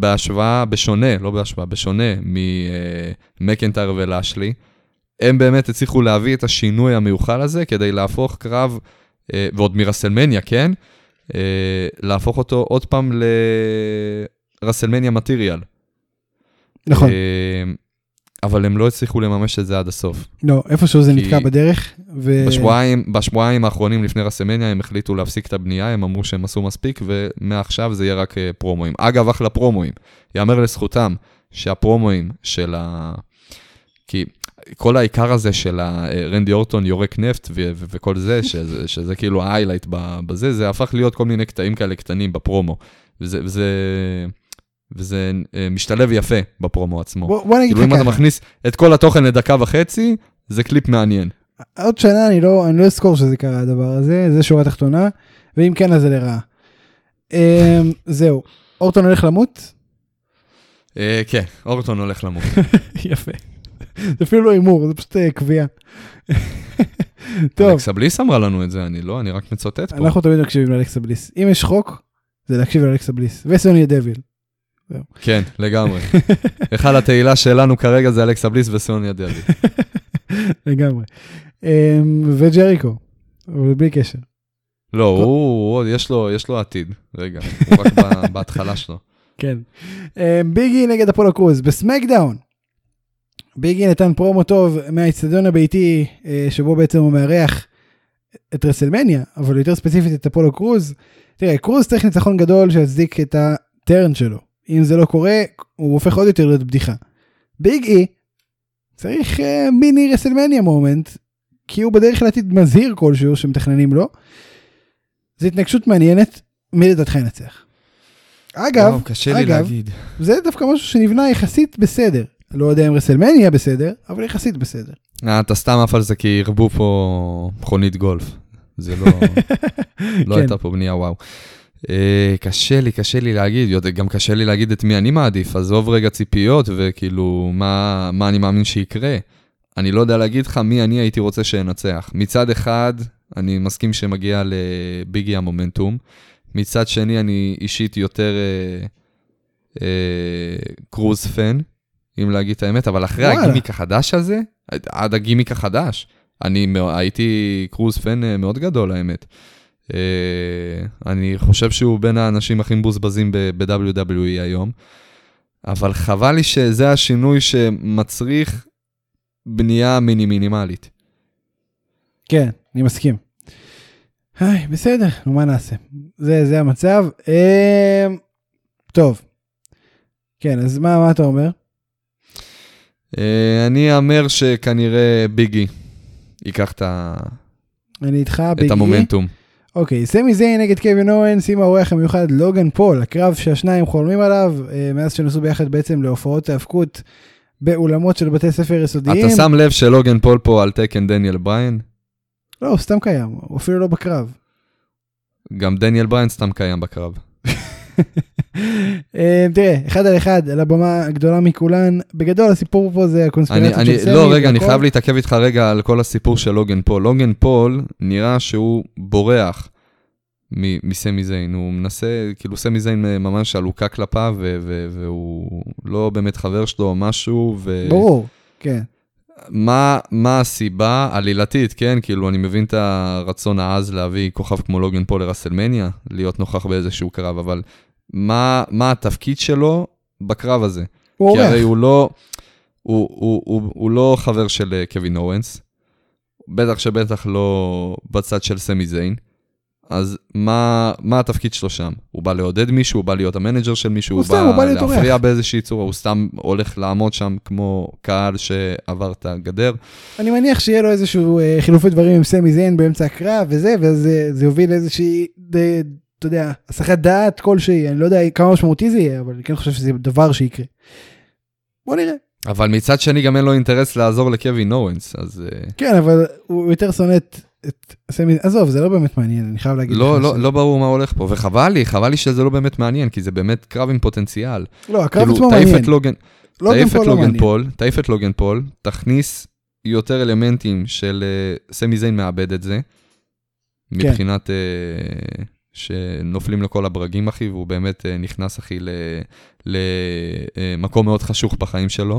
בשונה ממקנטייר ולאשלי, הם באמת הצליחו להביא את השינוי המיוחל הזה, כדי להפוך קרב, ועוד מרסלמניה, כן? להפוך אותו עוד פעם לרסלמניה מטריאל. נכון. אבל הם לא הצליחו לממש את זה עד הסוף. לא, איפשהו זה נתקע בדרך. בשבועיים האחרונים לפני רסלמניה, הם החליטו להפסיק את הבנייה, הם אמרו שהם עשו מספיק, ומעכשיו זה יהיה רק פרומואים. אגב, אחלה פרומואים. יאמר לזכותם שהפרומואים של כי כל העיקר הזה של רנדי אורטון יורק נפט וכל זה, שזה כאילו ההיילייט בזה, זה הפך להיות כל מיני קטעים כאלה קטנים בפרומו. וזה משתלב יפה בפרומו עצמו. בוא נגיד כאילו אם אתה מכניס את כל התוכן לדקה וחצי, זה קליפ מעניין. עוד שנה אני לא אזכור שזה קרה הדבר הזה, זה שורה תחתונה, ואם כן אז זה לרעה. זהו, אורטון הולך למות? כן, אורטון הולך למות. יפה. זה אפילו לא אימור, זה פשוט קביעה. אלכסה בליס אמרה לנו את זה, אני רק מצוטט פה. אנחנו תמיד מקשיבים לאלכסה בליס. אם יש חוק, זה להקשיב לאלכסה בליס. וסוניה דביל. כן, לגמרי. אחד התהילה שלנו כרגע זה אלכסה בליס וסוניה דביל. לגמרי. וג'ריקו, אבל בלי קשר. לא, יש לו עתיד. רגע, הוא רק בהתחלה שלו. כן. ביגי נגד אפולו קרוז, בסמקדאון. ביגי נתן פרומו טוב מהאצטדיון הביתי, שבו בעצם הוא מארח את רסלמניה, אבל יותר ספציפית את אפולו קרוז. תראה, קרוז צריך ניצחון גדול שיצדיק את הטרן שלו. אם זה לא קורה, הוא הופך עוד יותר להיות בדיחה. ביג אי צריך מיני רסלמניה מומנט, כי הוא בדרך לעתיד מזהיר כלשהו שמתכננים לו. זו התנגשות מעניינת, מי לדעתך ינצח? אגב, קשה לי להגיד. זה דווקא משהו שנבנה יחסית בסדר. לא יודע אם רסלמניה בסדר, אבל יחסית בסדר. אתה סתם אף על זה כי הרבו פה מכונית גולף. זה לא הייתה פה בנייה וואו. קשה לי להגיד, גם קשה לי להגיד את מי אני מעדיף, עזוב רגע ציפיות וכאילו מה אני מאמין שיקרה. אני לא יודע להגיד לך מי אני הייתי רוצה שינצח. מצד אחד, אני מסכים שמגיע לביגי המומנטום. מצד שני, אני אישית יותר קרוז פן, אם להגיד את האמת, אבל אחרי הגימיק החדש הזה, עד הגימיק החדש, אני הייתי קרוז פן מאוד גדול, האמת. אני חושב שהוא בין האנשים הכי מבוזבזים ב-WWE היום, אבל חבל לי שזה השינוי שמצריך בנייה מינימלית. כן, אני מסכים. בסדר, מה נעשה? זה המצב. טוב. כן, אז מה אתה אומר? אני אומר שכנראה ביגי ייקח את המומנטום. אוקיי, סמי זיין נגד קווין אורנס עם האורח המיוחד לוגן פול, הקרב שהשניים חולמים עליו, מאז שנסו ביחד בעצם להופעות האבקות באולמות של בתי ספר יסודיים. אתה שם לב שלוגן פול פה על תקן דניאל בריין? לא, הוא סתם קיים, הוא אפילו לא בקרב. גם דניאל בריין סתם קיים בקרב. תראה, 1-1 על הבמה הגדולה מכולן, בגדול הסיפור פה זה הקונספירציה של סמי. לא, רגע, אני חייב להתעכב איתך רגע על כל הסיפור של לוגן פול. לוגן פול נראה שהוא בורח מסמי זיין, הוא מנסה, כאילו סמי זיין ממש עלוקה כלפיו, והוא לא באמת חבר שלו או משהו, ברור, כן. מה הסיבה עלילתית, כן? כאילו אני מבין את הרצון העז להביא כוכב כמו לוגן פול לרסלמניה, להיות נוכח באיזשהו קרב, אבל מה התפקיד שלו בקרב הזה? כי הרי הוא לא חבר של קווין אורנס, בטח שבטח לא בצד של סמי זיין, אז מה התפקיד שלו שם? הוא בא לעודד מישהו, הוא בא להיות המנג'ר של מישהו, הוא בא להפריע באיזושהי צורה, הוא סתם הולך לעמוד שם כמו קהל שעבר את הגדר. אני מניח שיהיה לו איזשהו חילופי דברים עם סמי זיין באמצע הקרב וזה יוביל איזושהי, אתה יודע, הסחת דעת כלשהי, אני לא יודע כמה משמעותי זה יהיה, אבל אני כן חושב שזה דבר שיקרה. בוא נראה. אבל מצד שני גם אין לו אינטרס לעזור לקווין אורנס, אז... כן, אבל הוא יותר שונא את סמי, עזוב, זה לא באמת מעניין, אני חייב להגיד. לא ברור מה הולך פה, וחבל לי שזה לא באמת מעניין, כי זה באמת קרב עם פוטנציאל. לא, הקרב עצמו מעניין. תעיף את לוגן פול, תכניס יותר אלמנטים של סמי זיין מאבד את זה, מבחינת שנופלים לכל הברגים, אחי, והוא באמת נכנס, אחי, למקום מאוד חשוך בחיים שלו.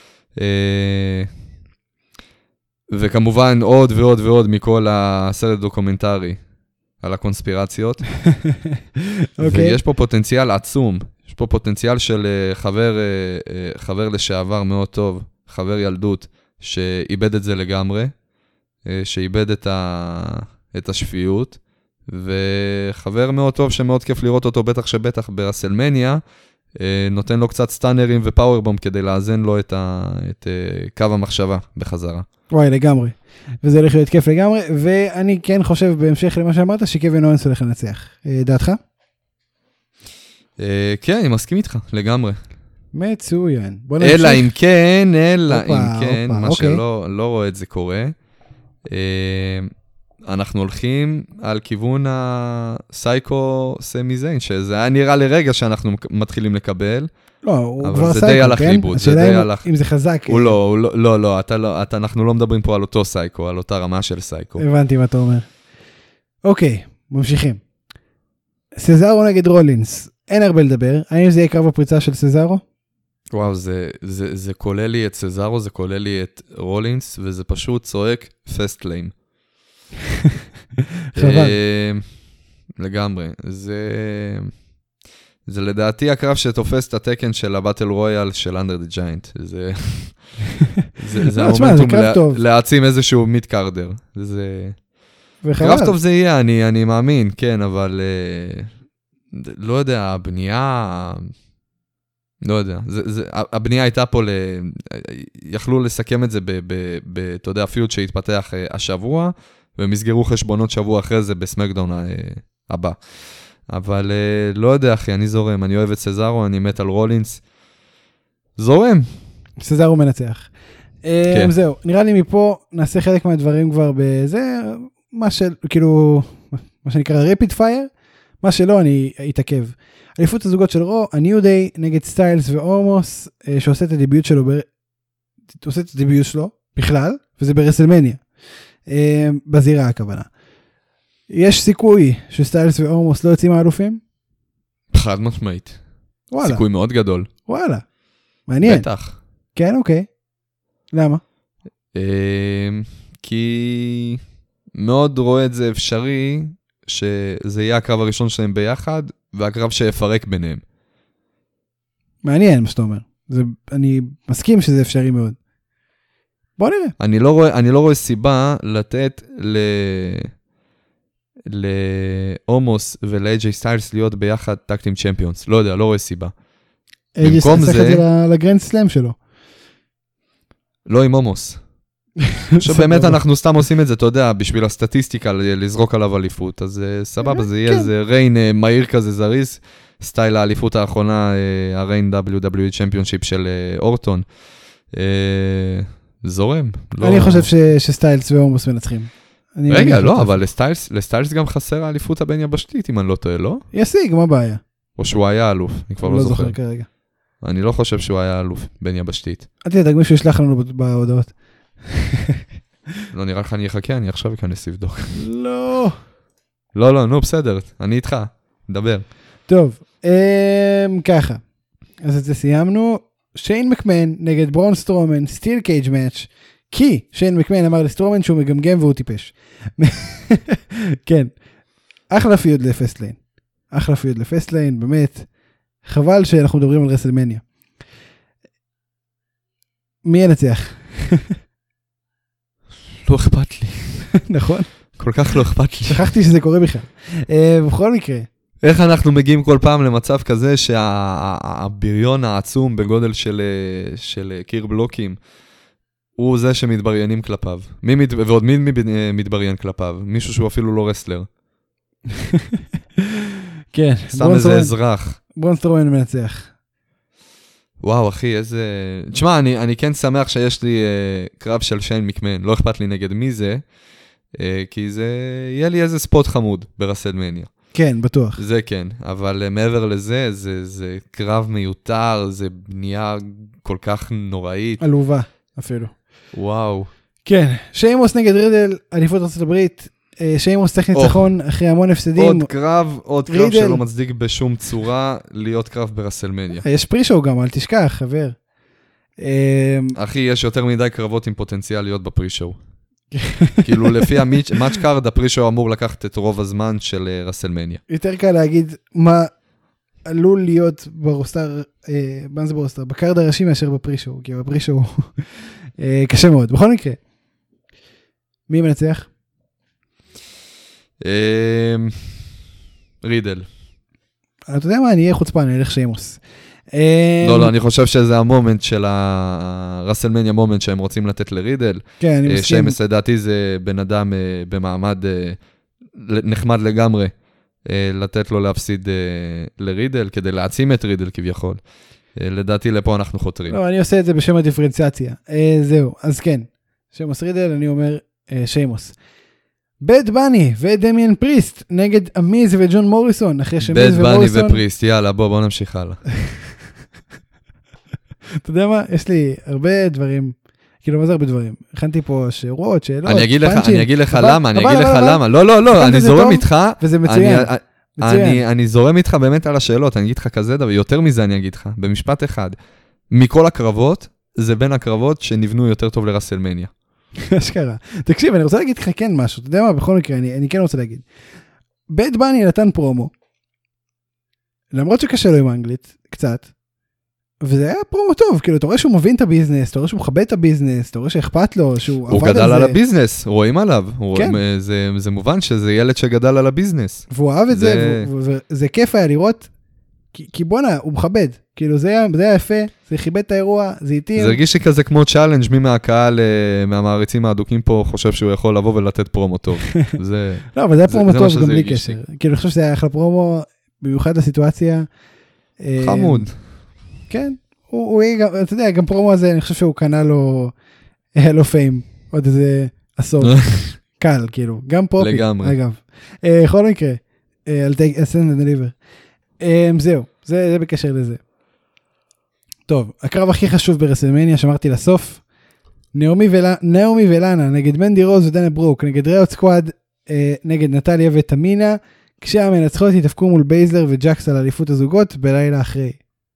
וכמובן עוד ועוד ועוד מכל הסרט דוקומנטרי על הקונספירציות. ויש פה פוטנציאל עצום, יש פה פוטנציאל של חבר לשעבר מאוד טוב, חבר ילדות, שאיבד את זה לגמרי, שאיבד את השפיות, וחבר מאוד טוב שמאוד כיף לראות אותו, בטח שבטח ברסלמניה, נותן לו קצת סטאנרים ופאוורבום כדי לאזן לו את קו המחשבה בחזרה. וואי, לגמרי. וזה הולך להיות כיף לגמרי, ואני כן חושב בהמשך למה שאמרת, שקווין אורנס הולך לנצח. דעתך? כן, אני מסכים איתך, לגמרי. מצוין. אלא אם כן, מה שלא רואה את זה קורה. אנחנו הולכים על כיוון הסייקו סמי זיין, שזה היה נראה לרגע שאנחנו מתחילים לקבל. לא, הוא כבר סייקו, כן? השאלה אם זה חזק. לא, אנחנו לא מדברים פה על אותו סייקו, על אותה רמה של סייקו. הבנתי מה אתה אומר. אוקיי, ממשיכים. סזארו נגד רולינס, אין הרבה לדבר. האם זה יהיה קרב הפריצה של סזארו? וואו, זה כולל לי את סזארו, זה כולל לי את רולינס, וזה פשוט צועק פסט ליים. חבל. לגמרי. זה לדעתי הקרב שתופס את התקן של הבטל רויאל של אנדר דה ג'יינט. זה המומנטום להעצים איזשהו מיד קארדר. קרב טוב זה יהיה, אני מאמין, כן, אבל לא יודע, הבנייה... לא יודע, הבנייה הייתה פה, יכלו לסכם את זה אתה יודע, פיוט שהתפתח השבוע, והם יסגרו חשבונות שבוע אחרי זה בסמקדאון הבא. אבל לא יודע, אחי, אני זורם, אני אוהב את סזארו, אני מת על רולינס. זורם. סזארו מנצח. כן. זהו, נראה לי מפה נעשה חלק מהדברים כבר בזה, מה שנקרא רפיד פייר, מה שלא אני אתעכב. אליפות הזוגות של רו, הניו דיי נגד סטיילס ואורמוס, שעושה את הדיביוט שלו, בכלל, וזה ברסלמניה. בזירה הכוונה. יש סיכוי שסטיילס ואורמוס לא יוצאים מהאלופים? חד משמעית. וואלה. סיכוי מאוד גדול. וואלה. מעניין. בטח. כן, אוקיי. למה? כי מאוד רואה את זה אפשרי, שזה יהיה הקרב הראשון שלהם ביחד, והקרב שיפרק ביניהם. מעניין מה שאתה אומר. אני מסכים שזה אפשרי מאוד. בוא נראה. אני לא רואה סיבה לתת לאומוס ול-AJ סטיילס להיות ביחד טאג-טים צ'מפיונס. לא יודע, לא רואה סיבה. AJ סטיילס את זה לגרנד סלאם שלו. לא עם אומוס. שבאמת אנחנו סתם עושים את זה, אתה יודע, בשביל הסטטיסטיקה, לזרוק עליו אליפות, אז סבבה, זה יהיה איזה ריין מהיר כזה זריז, סטייל האליפות האחרונה, הריין WWE צ'מפיונשיפ של אורטון. זורם. אני חושב שסטיילס ואומוס מנצחים. רגע, לא, אבל לסטיילס גם חסר האליפות הבין יבשתית, אם אני לא טועה, לא? ישיג, מה הבעיה? או שהוא היה אלוף, אני כבר לא זוכר. כרגע. אני לא חושב שהוא היה אלוף בין יבשתית. אל תדאג, מישהו ישלח לנו בהודעות. לא, נראה לך אני אחכה, אני עכשיו אכנס לבדוק. לא. לא, נו, בסדר, אני איתך, נדבר. טוב, ככה. אז את זה סיימנו. שיין מקמן נגד ברון סטרומן, סטיל קייג' מאץ', כי שיין מקמן אמר לסטרומן שהוא מגמגם והוא טיפש. כן. אחלה פיוד לפסטליין. אחלה פיוד לפסטליין, באמת. חבל שאנחנו מדברים על רסלמניה. מי ינצח? לא אכפת לי. נכון. כל כך לא אכפת לי. שכחתי שזה קורה בכלל. בכל מקרה. איך אנחנו מגיעים כל פעם למצב כזה שהבריון העצום בגודל של קיר בלוקים, הוא זה שמתבריינים כלפיו. ועוד מי מתבריין כלפיו? מישהו שהוא אפילו לא רסלר. כן. סתם איזה אזרח. ברון סטרומן מנצח. וואו, אחי, איזה... תשמע, אני כן שמח שיש לי קרב של שיין מקמן. לא אכפת לי נגד מי זה, כי זה... יהיה לי איזה ספוט חמוד ברסלמניה. כן, בטוח. זה כן, אבל מעבר לזה, זה קרב מיותר, זה בנייה כל כך נוראית. עלובה, אפילו. וואו. כן, שיימוס נגד רידל, אליפות ארצות הברית, שיימוס צריך ניצחון אחרי המון הפסדים. עוד קרב שלא מצדיק בשום צורה להיות קרב ברסלמניה. יש פרישו גם, אל תשכח, חבר. אחי, יש יותר מדי קרבות עם פוטנציאל להיות בפרישו. כאילו לפי המאץ' קארד, הפרישו אמור לקחת את רוב הזמן של רסלמניה. יותר קל להגיד מה עלול להיות ברוסטר, בקארד הראשי מאשר בפרישו, כי בפרישו קשה מאוד. בכל מקרה, מי מנצח? רידל. אתה יודע מה, אני אהיה חוצפה, אני אלך שיימוס. לא, אני חושב שזה המומנט של הרסלמניה מומנט שהם רוצים לתת לרידל. כן, אני מסכים. שיימס לדעתי זה בן אדם במעמד נחמד לגמרי, לתת לו להפסיד לרידל, כדי להעצים את רידל כביכול. לדעתי לפה אנחנו חותרים. לא, אני עושה את זה בשם הדיפרנציאציה. זהו, אז כן. שיימוס רידל, אני אומר שיימוס. בד בני ודמיאן פריסט נגד אמיז וג'ון מוריסון, אחרי שמיז ומוריסון... בד בני ופריסט, יאללה, בוא נמשיך הלאה. אתה יודע מה? יש לי הרבה דברים, כאילו מה זה הרבה דברים? הכנתי פה שאלות, אני אגיד לך למה, לא, אני זורם איתך, וזה מצוין. אני זורם איתך באמת על השאלות, אני אגיד לך כזה דבר, יותר מזה אני אגיד לך, במשפט אחד, מכל הקרבות, זה בין הקרבות שנבנו יותר טוב לרסלמניה. אשכרה. תקשיב, אני רוצה להגיד לך כן משהו, אתה יודע מה, בכל מקרה, אני כן רוצה להגיד. בד בני נתן פרומו, למרות שקשה לו עם האנגלית, קצת, וזה היה פרומו טוב, כאילו, אתה רואה שהוא מבין את הביזנס, אתה רואה שהוא מכבד את הביזנס, אתה רואה שאכפת לו, שהוא עבד על זה. הוא גדל על הביזנס, רואים עליו. כן. זה מובן שזה ילד שגדל על הביזנס. והוא אהב את זה, וזה כיף היה לראות, כי בונה, הוא מכבד, כאילו זה היה יפה, זה חיבד את האירוע, זה איטים. זה הרגיש לי כזה כמו צ'אלנג' מי מהקהל, מהמעריצים האדוקים פה, חושב שהוא יכול לבוא ולתת פרומו טוב. לא, אבל זה היה פרומו טוב גם בלי קשר. כאילו אני חושב שזה היה אחלה פרומו, במיוחד לסיטואציה. חמוד. כן, אתה יודע, גם פרומו הזה, אני חושב שהוא קנה לו, היה לו פיים, עוד איזה עשור. קל, כאילו, גם פופי. לגמרי. אגב. בכל מקרה, על סנד ודליבר. זהו, זה בקשר לזה. טוב, הקרב הכי חשוב ברסלמניה, שמרתי לסוף, נעמי ולאנה, נגד מנדי רוז ודנה ברוק, נגד ריוט סקוואד, נגד נטליה ותמינה, כשהמנצחות יתאבקו מול בייזלר וג'קס על אליפות הזוגות, בלילה אחרי.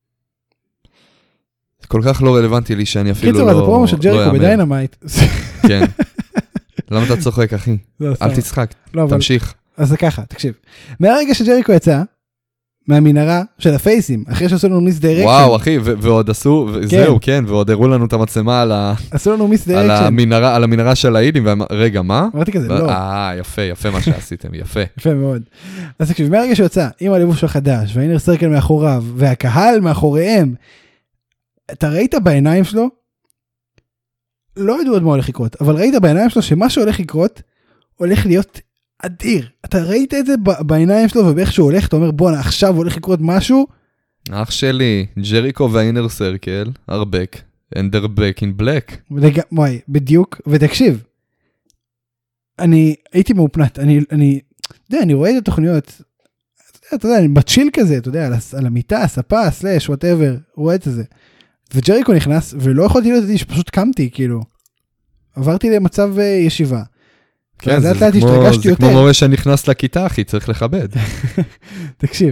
זה כל כך לא רלוונטי לי, שאני אפילו לא... קיצור, זה פרומו של ג'ריקו בדיינמייט. כן. למה אתה צוחק, אחי? אל תצחק, תמשיך. אז זה ככה, תקשיב. מהרגע שג'ריקו יצא, מהמנהרה של הפייסים, אחרי שעשו לנו מיס דירקשן. וואו, אחי, ועוד עשו, זהו, כן, ועוד הראו לנו את המצלמה עשו לנו מיס דירקשן. על המנהרה של האידים, רגע, מה? אמרתי כזה, לא. יפה מה שעשיתם, יפה. יפה מאוד. אז תקשיב, מהרגע שיוצא, עם הלבוש החדש, והאינר סרקל מאחוריו, והקהל מאחוריהם, אתה ראית בעיניים שלו? לא ידעו עוד מה הולך לקרות, אבל ראית בעיניים שלו שמה שהולך לקרות, הולך להיות אדיר. אתה ראית את זה בעיניים שלו, ובאיך שהוא הולך, אתה אומר, בוא, עכשיו הולך לקרות משהו. אח שלי, ג'ריקו והאינר סרקל, ארבק, אנדר בק אין בלק. בדיוק, ותקשיב, אני הייתי מאופנת, אני רואה את התוכניות, אתה יודע, אני בצ'יל כזה, אתה יודע, על המיטה, ספה, סלש, whatever, רואה את זה. וג'ריקו נכנס, ולא יכולתי להיות איש, פשוט קמתי, כאילו. עברתי למצב ישיבה. כן, זה כמו מורה שנכנס לכיתה, אחי, צריך לכבד. תקשיב.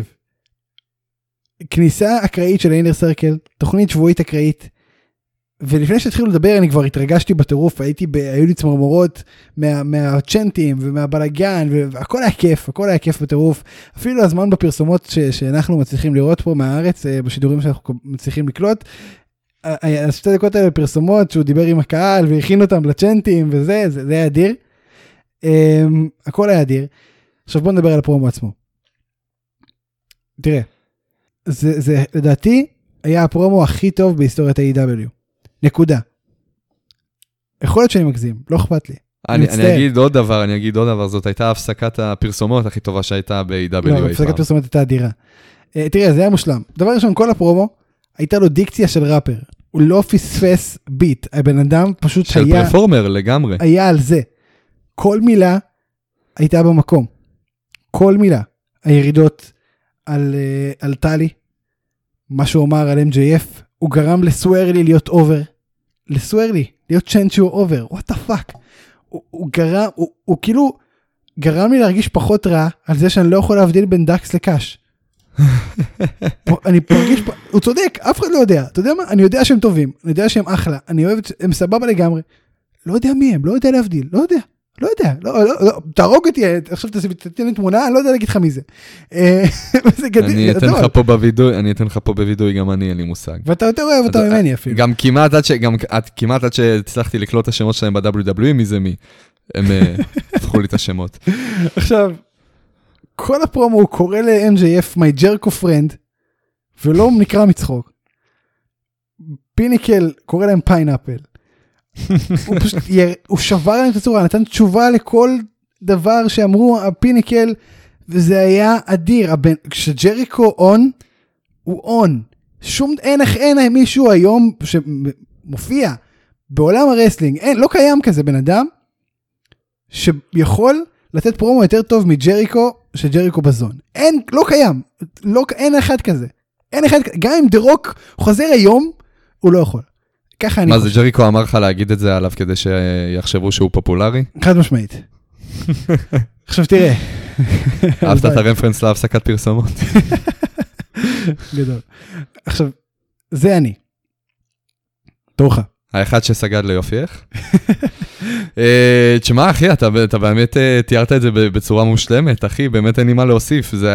כניסה אקראית של האינר סרקל, תוכנית שבועית אקראית, ולפני שהתחילו לדבר, אני כבר התרגשתי בטירוף, היו לי צמרמורות מהצ'נטים ומהבלגן, והכל היה כיף בטירוף. אפילו הזמן בפרסומות שאנחנו מצליחים לראות פה מהארץ, בשידורים שאנחנו מצליחים לקלוט, השתי דקות האלה בפרסומות, שהוא דיבר עם הקהל והכין אותם לצ'נטים, וזה, זה היה אדיר. הכל היה אדיר. עכשיו בוא נדבר על הפרומו עצמו. תראה, זה לדעתי היה הפרומו הכי טוב בהיסטוריית ה-AEW. נקודה. יכול להיות שאני מגזים, לא אכפת לי. אני אגיד עוד דבר, זאת הייתה הפסקת הפרסומות הכי טובה שהייתה ב-AEW. לא, הפסקת הפרסומות הייתה אדירה. תראה, זה היה מושלם. דבר ראשון, כל הפרומו, הייתה לו דיקציה של ראפר. הוא לא פספס ביט. הבן אדם פשוט של היה... של פרפורמר לגמרי. היה על זה. כל מילה הייתה במקום. כל מילה. הירידות על טלי, מה שהוא אמר על MJF, הוא גרם לסוורלי להיות אובר. לסוורלי, להיות צ'נצ'ו אובר. What the fuck? הוא כאילו גרם לי להרגיש פחות רע על זה שאני לא יכול להבדיל בין דאקס לקאש. אני מרגיש, הוא צודק, אף אחד לא יודע. אתה יודע מה? אני יודע שהם טובים, אני יודע שהם אחלה, אני אוהב, הם סבבה לגמרי. לא יודע מי הם, לא יודע להבדיל, לא יודע. תהרוג אותי, עכשיו תתן לי תמונה, אני לא יודע להגיד לך מי זה. אני אתן לך פה בווידוי, גם אני אין לי מושג. ואתה יותר אוהב אותה ממני אפילו. גם כמעט עד שהצלחתי לקלוט את השמות שלהם ב-WWE, מי זה מי. הם הפכו לי את השמות. עכשיו, כל הפרומו הוא קורא ל-MJF, my jerko friend, ולא נקרא מצחוק. פיניקל קורא להם פיינאפל. הוא שבר להם את הצורה, נתן תשובה לכל דבר שאמרו הפיניקל, וזה היה אדיר. כשג'ריקו און, הוא און. אין מישהו היום שמופיע בעולם הרסלינג, לא קיים כזה בן אדם, שיכול לתת פרומו יותר טוב מג'ריקו, שג'ריקו בזון. לא קיים. אין אחד כזה. גם אם דרוק חוזר היום, הוא לא יכול. מה זה, ג'ריקו אמר לך להגיד את זה עליו כדי שיחשבו שהוא פופולרי? חד משמעית. עכשיו תראה. אהבת את הרפרנס להפסקת פרסומות. גדול. עכשיו, זה אני. תורך. האחד שסגד ליופייך. תשמע, אחי, אתה באמת תיארת את זה בצורה מושלמת, אחי, באמת אין לי מה להוסיף. זה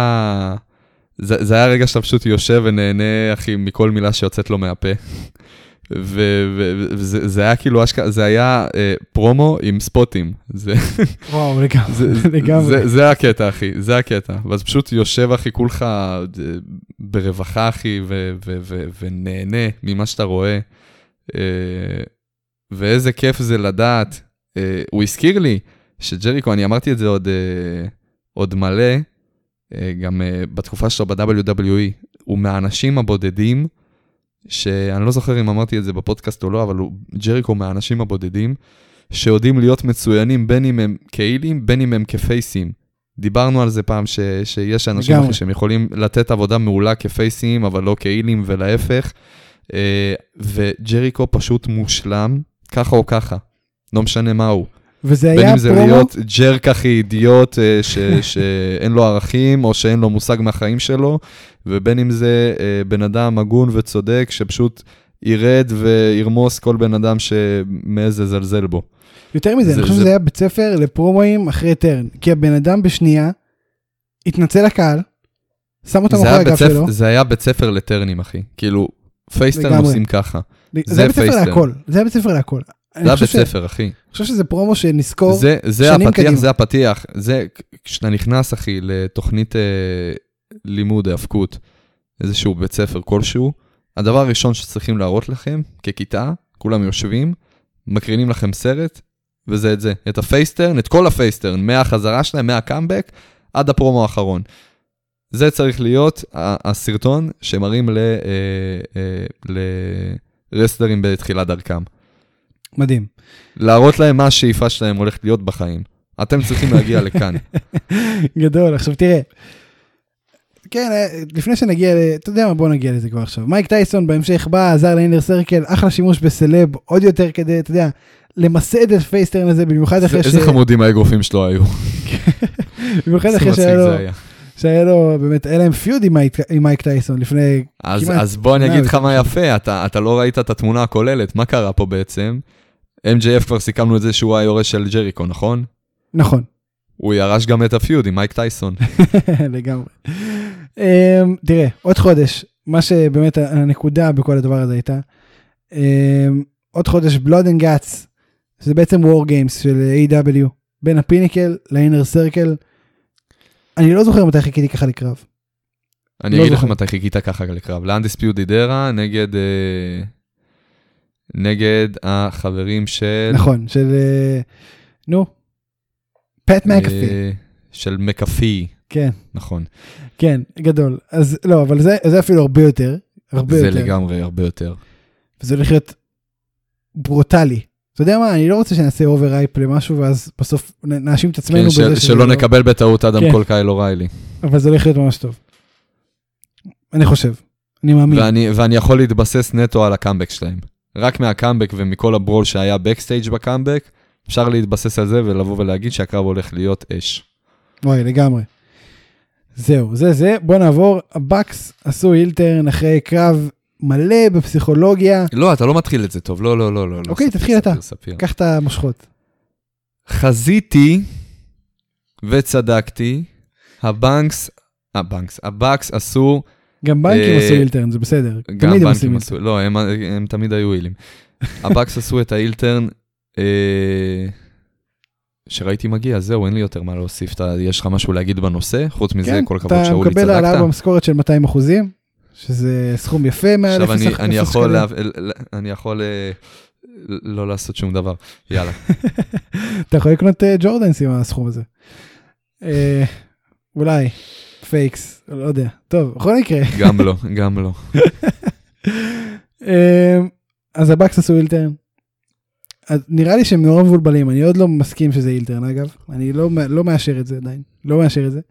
היה רגע שאתה פשוט יושב ונהנה, אחי, מכל מילה שיוצאת לו מהפה. וזה היה כאילו, זה היה פרומו עם ספוטים. וואו, לגמרי. זה הקטע, אחי, זה הקטע. ואז פשוט יושב, אחי, כולך ברווחה, אחי, ונהנה ממה שאתה רואה. ואיזה כיף זה לדעת. הוא הזכיר לי שג'ריקו, אני אמרתי את זה עוד מלא, גם בתקופה שלו ב-WWE, הוא מהאנשים הבודדים, שאני לא זוכר אם אמרתי את זה בפודקאסט או לא, אבל ג'ריקו מהאנשים הבודדים, שיודעים להיות מצוינים בין אם הם כאילים, בין אם הם כפייסים. דיברנו על זה פעם שיש אנשים אחרי שהם יכולים לתת עבודה מעולה כפייסים, אבל לא כאילים ולהפך. וג'ריקו פשוט מושלם, ככה או ככה. לא משנה מה הוא. וזה היה בין אם זה להיות ג'רק הכי אידיוט שאין לו ערכים או שאין לו מושג מהחיים שלו, ובין אם זה בן אדם הגון וצודק שפשוט ירד וירמוס כל בן אדם שמאיזה זלזל בו. יותר מזה, אני חושב שזה היה בית ספר לפרומואים אחרי טרן, כי הבן אדם בשנייה התנצל לקהל, שם אותם אחרי הגב שלו. זה היה בית ספר לטרנים, אחי. כאילו, פייסטרן עושים ככה. זה בית ספר להכל. זה בית ספר להכל. זה הבית ספר, אחי. אני חושב שזה פרומו שנזכור שנים קדימה. זה הפתיח. זה, כשאתה נכנס, אחי, לתוכנית לימוד, ההפקות, איזשהו בית ספר כלשהו, הדבר הראשון שצריכים להראות לכם, ככיתה, כולם יושבים, מקרינים לכם סרט, וזה את זה. את הפייסטרן, את כל הפייסטרן, מהחזרה שלהם, מהקאמבק, עד הפרומו האחרון. זה צריך להיות הסרטון שמראים לרסלרים בתחילת דרכם. מדהים. להראות להם מה השאיפה שלהם הולכת להיות בחיים. אתם צריכים להגיע לכאן. גדול, עכשיו תראה. כן, לפני שנגיע, אתה יודע מה, בוא נגיע לזה כבר עכשיו. מייק טייסון בהמשך בא, עזר לאינר סרקל, אחלה שימוש בסלב, עוד יותר כדי, אתה יודע, למסד את פייסטרן הזה, במיוחד אחרי איזה חמודים האגרופים שלו היו. במיוחד אחרי שהיה לו, באמת, היה להם פיוד עם מייק טייסון לפני כמעט... אז בוא אני אגיד לך מה יפה, אתה לא ראית את התמונה הכוללת, מה קרה פה בעצם? MJF כבר סיכמנו את זה שהוא היורש של ג'ריקו, נכון? נכון. הוא ירש גם את הפיוד עם מייק טייסון. לגמרי. תראה, עוד חודש, מה שבאמת הנקודה בכל הדבר הזה הייתה, עוד חודש Blood and Guts, שזה בעצם War Games של AW, בין הפיניקל לאינר סרקל, אני לא זוכר מתי חיכיתי ככה לקרב. אני אגיד לך מתי חיכית ככה לקרב. ל-Undisputed Era נגד החברים של... נכון, של... נו, פט מקאפי. של מקאפי. כן. נכון. כן, גדול. אז לא, אבל זה אפילו הרבה יותר. זה לגמרי הרבה יותר. וזה הולך להיות ברוטלי. אתה יודע מה, אני לא רוצה שנעשה אובר-רייפ למשהו, ואז בסוף נאשים את עצמנו בזה שזה... שלא נקבל בטעות אדם כל קייל אוריילי. אבל זה הולך להיות ממש טוב. אני חושב. אני מאמין. ואני יכול להתבסס נטו על הקאמבק שלהם. רק מהקאמבק ומכל הברול שהיה בקסטייג' בקאמבק, אפשר להתבסס על זה ולבוא ולהגיד שהקרב הולך להיות אש. וואי, לגמרי. זהו, זה. בוא נעבור. הבקס עשו הילטרן אחרי קרב מלא בפסיכולוגיה. לא, אתה לא מתחיל את זה טוב. לא. אוקיי, תתחיל אתה. קח את המושכות. חזיתי וצדקתי. הבקס עשו... גם בנקים עשו הילטרן, זה בסדר. גם בנקים עשו, לא, הם תמיד היו הילים. הבקס עשו את ההילטרן שראיתי מגיע, זהו, אין לי יותר מה להוסיף. יש לך משהו להגיד בנושא? חוץ מזה, כל הכבוד שאולי צדקת. אתה מקבל העלאה במשכורת של 200%, שזה סכום יפה מעל אפס. עכשיו, אני יכול לא לעשות שום דבר. יאללה. אתה יכול לקנות ג'ורדנס עם הסכום הזה. אולי. פייקס, לא יודע. טוב, בכל מקרה. גם לא. אז הבקס עשו הילטרן. נראה לי שהם מאוד מבולבלים, אני עוד לא מסכים שזה הילטרן, אגב. אני לא מאשר את זה עדיין. לא מאשר את זה.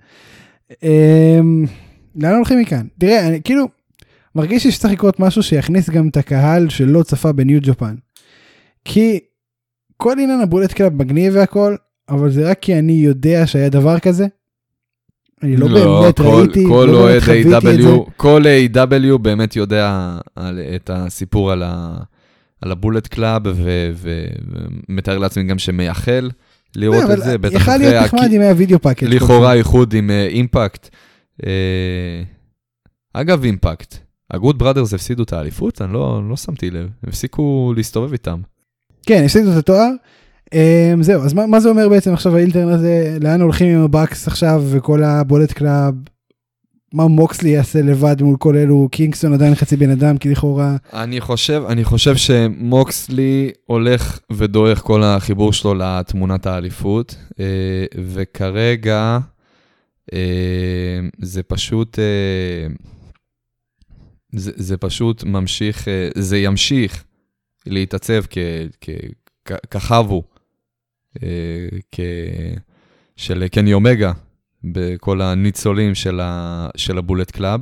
לאן הולכים מכאן? תראה, אני כאילו, מרגיש לי שצריך לקרות משהו שיכניס גם את הקהל שלא צפה בניו ג'פן. כי כל עניין הבולט קלאב מגניב והכל, אבל זה רק כי אני יודע שהיה דבר כזה. אני לא באמת ראיתי, לא באמת חוויתי את זה. כל A.W. באמת יודע את הסיפור על הבולט קלאב, ומתאר לעצמי גם שמייחל לראות את זה. יכל להיות נחמד עם הווידאו פאקט. לכאורה איחוד עם אימפקט. אגב אימפקט, הגוד בראדרס הפסידו את האליפות? אני לא שמתי לב. הם הפסיקו להסתובב איתם. כן, הפסידו את התואר. זהו, אז מה זה אומר בעצם עכשיו האילטרן הזה? לאן הולכים עם הבקס עכשיו וכל הבולט קלאב? מה מוקסלי יעשה לבד מול כל אלו? קינגסטון עדיין חצי בן אדם, כי לכאורה... אני חושב שמוקסלי הולך ודורך כל החיבור שלו לתמונת האליפות, וכרגע זה פשוט ממשיך, זה ימשיך להתעצב כחבו של קני אומגה בכל הניצולים של הבולט קלאב,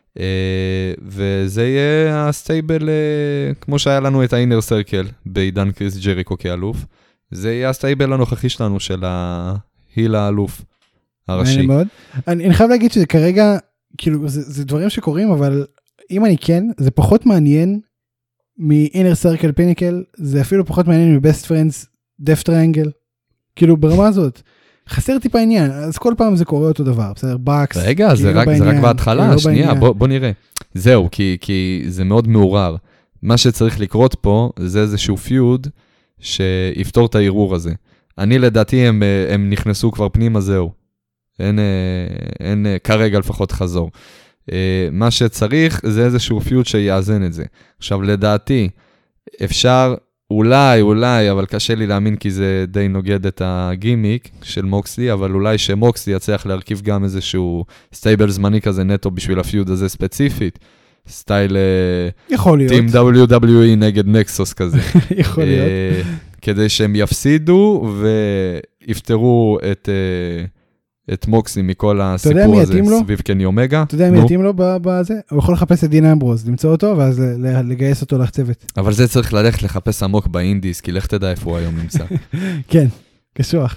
וזה יהיה הסטייבל כמו שהיה לנו את האינר סרקל בעידן קריס ג'ריקו כאלוף, זה יהיה הסטייבל הנוכחי שלנו של ההיל האלוף הראשי. אני חייב להגיד שזה כרגע כאילו זה דברים שקורים, אבל אם אני כן, זה פחות מעניין מאינר סרקל פיניקל, זה אפילו פחות מעניין מבסט פרנדס דף טריינגל, כאילו ברמה הזאת חסר טיפה עניין, אז כל פעם זה קורה אותו דבר, בסדר, בקס. רגע, זה רק בהתחלה, שנייה, בוא נראה. זהו, כי זה מאוד מעורר. מה שצריך לקרות פה, זה איזשהו פיוד שיפתור את הערעור הזה. אני לדעתי הם נכנסו כבר פנימה, זהו. אין כרגע לפחות חזור. מה שצריך זה איזשהו פיוד שיאזן את זה. עכשיו, לדעתי, אפשר אולי, אבל קשה לי להאמין כי זה די נוגד את הגימיק של מוקסלי, אבל אולי שמוקסלי יצליח להרכיב גם איזשהו סטייבל זמני כזה נטו בשביל הפיוד הזה ספציפית, סטייל יכול להיות. טים WWE נגד נקסוס כזה. יכול להיות. כדי שהם יפסידו ויפטרו את מוקסי מכל הסיפור הזה סביב קני אומגה. אתה יודע מי יתאים לו בזה? הוא יכול לחפש את דין אמברוז, למצוא אותו ואז לגייס אותו לצוות. אבל זה צריך ללכת לחפש עמוק באינדיס, כי לך תדע איפה הוא היום נמצא. כן, קשוח.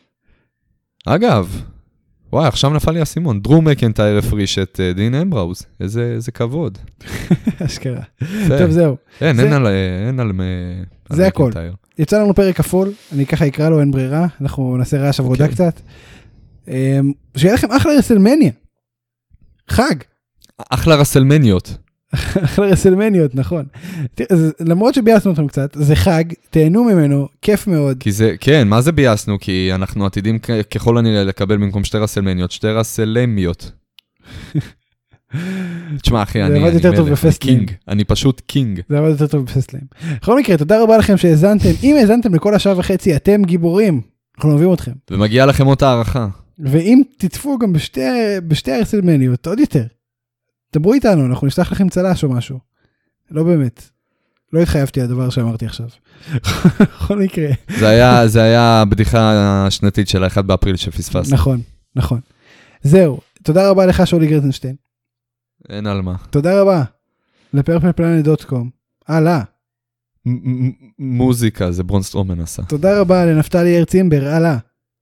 אגב, וואי, עכשיו נפל לי הסימון. דרו מקנטייר הפריש את דין אמברוז. איזה כבוד. אשכרה. טוב, זהו. אין על זה הכל. יצא לנו פרק כפול, אני ככה אקרא לו, אין ברירה, אנחנו נעשה רעש עבודה קצת. שיהיה לכם אחלה רסלמניה. חג. אחלה רסלמניות. אחלה רסלמניות, נכון. למרות שביאסנו אתכם קצת, זה חג, תהנו ממנו, כיף מאוד. כי זה, כן, מה זה ביאסנו? כי אנחנו עתידים ככל הנראה לקבל במקום שתי רסלמניות, שתי רסלמיות. תשמע, אחי, אני קינג. אני פשוט קינג. זה עבד יותר טוב בפסטליים. בכל מקרה, תודה רבה לכם שהזנתם. אם הזנתם לכל השעה וחצי, אתם גיבורים. אנחנו אוהבים אתכם. ומגיעה לכם אותה הערכה. ואם תצפו גם בשתי הרסלמניות, עוד יותר. דברו איתנו, אנחנו נשלח לכם צלש או משהו. לא באמת. לא התחייבתי הדבר שאמרתי עכשיו. בכל מקרה. זה היה הבדיחה השנתית של 1 באפריל שפספס. נכון. זהו. תודה רבה לך, שאולי גרטנשטיין. אין על מה. תודה רבה. לפרפלפלנט.com. הלאה. מוזיקה, זה ברון סטרומן עשה. תודה רבה לנפתלי הרצימבר, הלאה.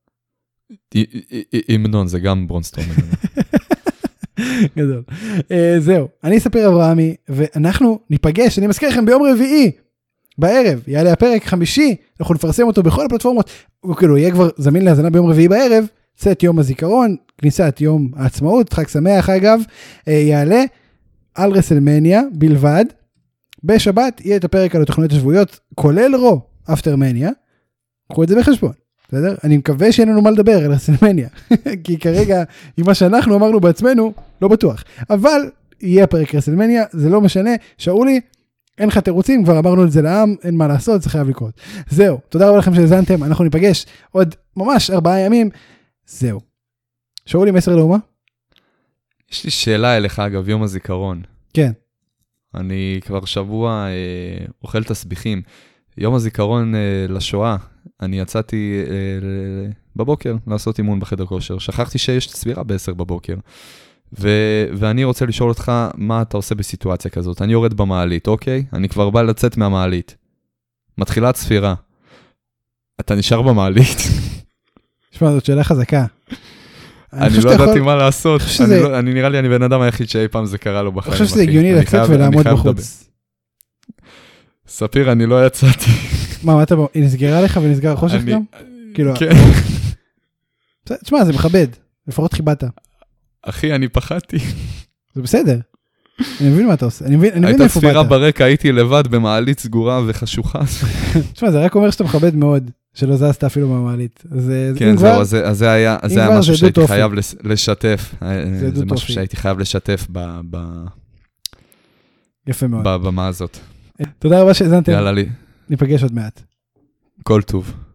אימנון, זה גם ברון סטרומן. גדול. זהו, אני ספיר אברהמי, ואנחנו ניפגש, אני מזכיר לכם ביום רביעי, בערב, יעלה הפרק 5, אנחנו נפרסם אותו בכל הפלטפורמות, הוא כאילו יהיה כבר זמין להזנה ביום רביעי בערב, צאת יום הזיכרון, כניסת יום העצמאות, חג שמח אגב, יעלה על רסלמניה בלבד, בשבת יהיה את הפרק על התוכניות השבועיות, כולל רו, אפטר מניה, קחו את זה בחשבון. בסדר? אני מקווה שאין לנו מה לדבר על רסלמניה, כי כרגע, עם מה שאנחנו אמרנו בעצמנו, לא בטוח. אבל יהיה פרק רסלמניה, זה לא משנה. שאולי, אין לך תירוצים, כבר אמרנו את זה לעם, אין מה לעשות, זה חייב לקרות. זהו, תודה רבה לכם שהזנתם, אנחנו ניפגש עוד ממש 4 ימים. זהו. שאולי, מסר לאומה? יש לי שאלה אליך, אגב, יום הזיכרון. כן. אני כבר שבוע אוכל תסביכים. יום הזיכרון לשואה, אני יצאתי בבוקר לעשות אימון בחדר כושר. שכחתי שיש סבירה ב-10 בבוקר. ואני רוצה לשאול אותך, מה אתה עושה בסיטואציה כזאת? אני יורד במעלית, אוקיי? אני כבר בא לצאת מהמעלית. מתחילת ספירה. אתה נשאר במעלית? תשמע, זאת שאלה חזקה. אני לא ידעתי מה לעשות. אני נראה לי, אני בן אדם היחיד שאי פעם זה קרה לו בחיים. אני חושב שזה הגיוני לצאת ולעמוד בחוץ. ספיר, אני לא יצאתי. מה אתה בוא? היא נסגרה לך ונסגר החושך גם? כן. תשמע, זה מכבד. לפחות חיבדת. אחי, אני פחדתי. זה בסדר. אני מבין מה אתה עושה. אני מבין איפה באת. הייתה ספירה ברקע, הייתי לבד במעלית סגורה וחשוכה. תשמע, זה רק אומר שאתה מכבד מאוד, שלא זזת אפילו מהמעלית. כן, זהו, אז זה היה משהו שהייתי חייב לשתף. זה משהו שהייתי חייב לשתף יפה מאוד. בבמה הזאת. תודה רבה שהזנתם. יאללה לי. ניפגש עוד מעט. כל טוב.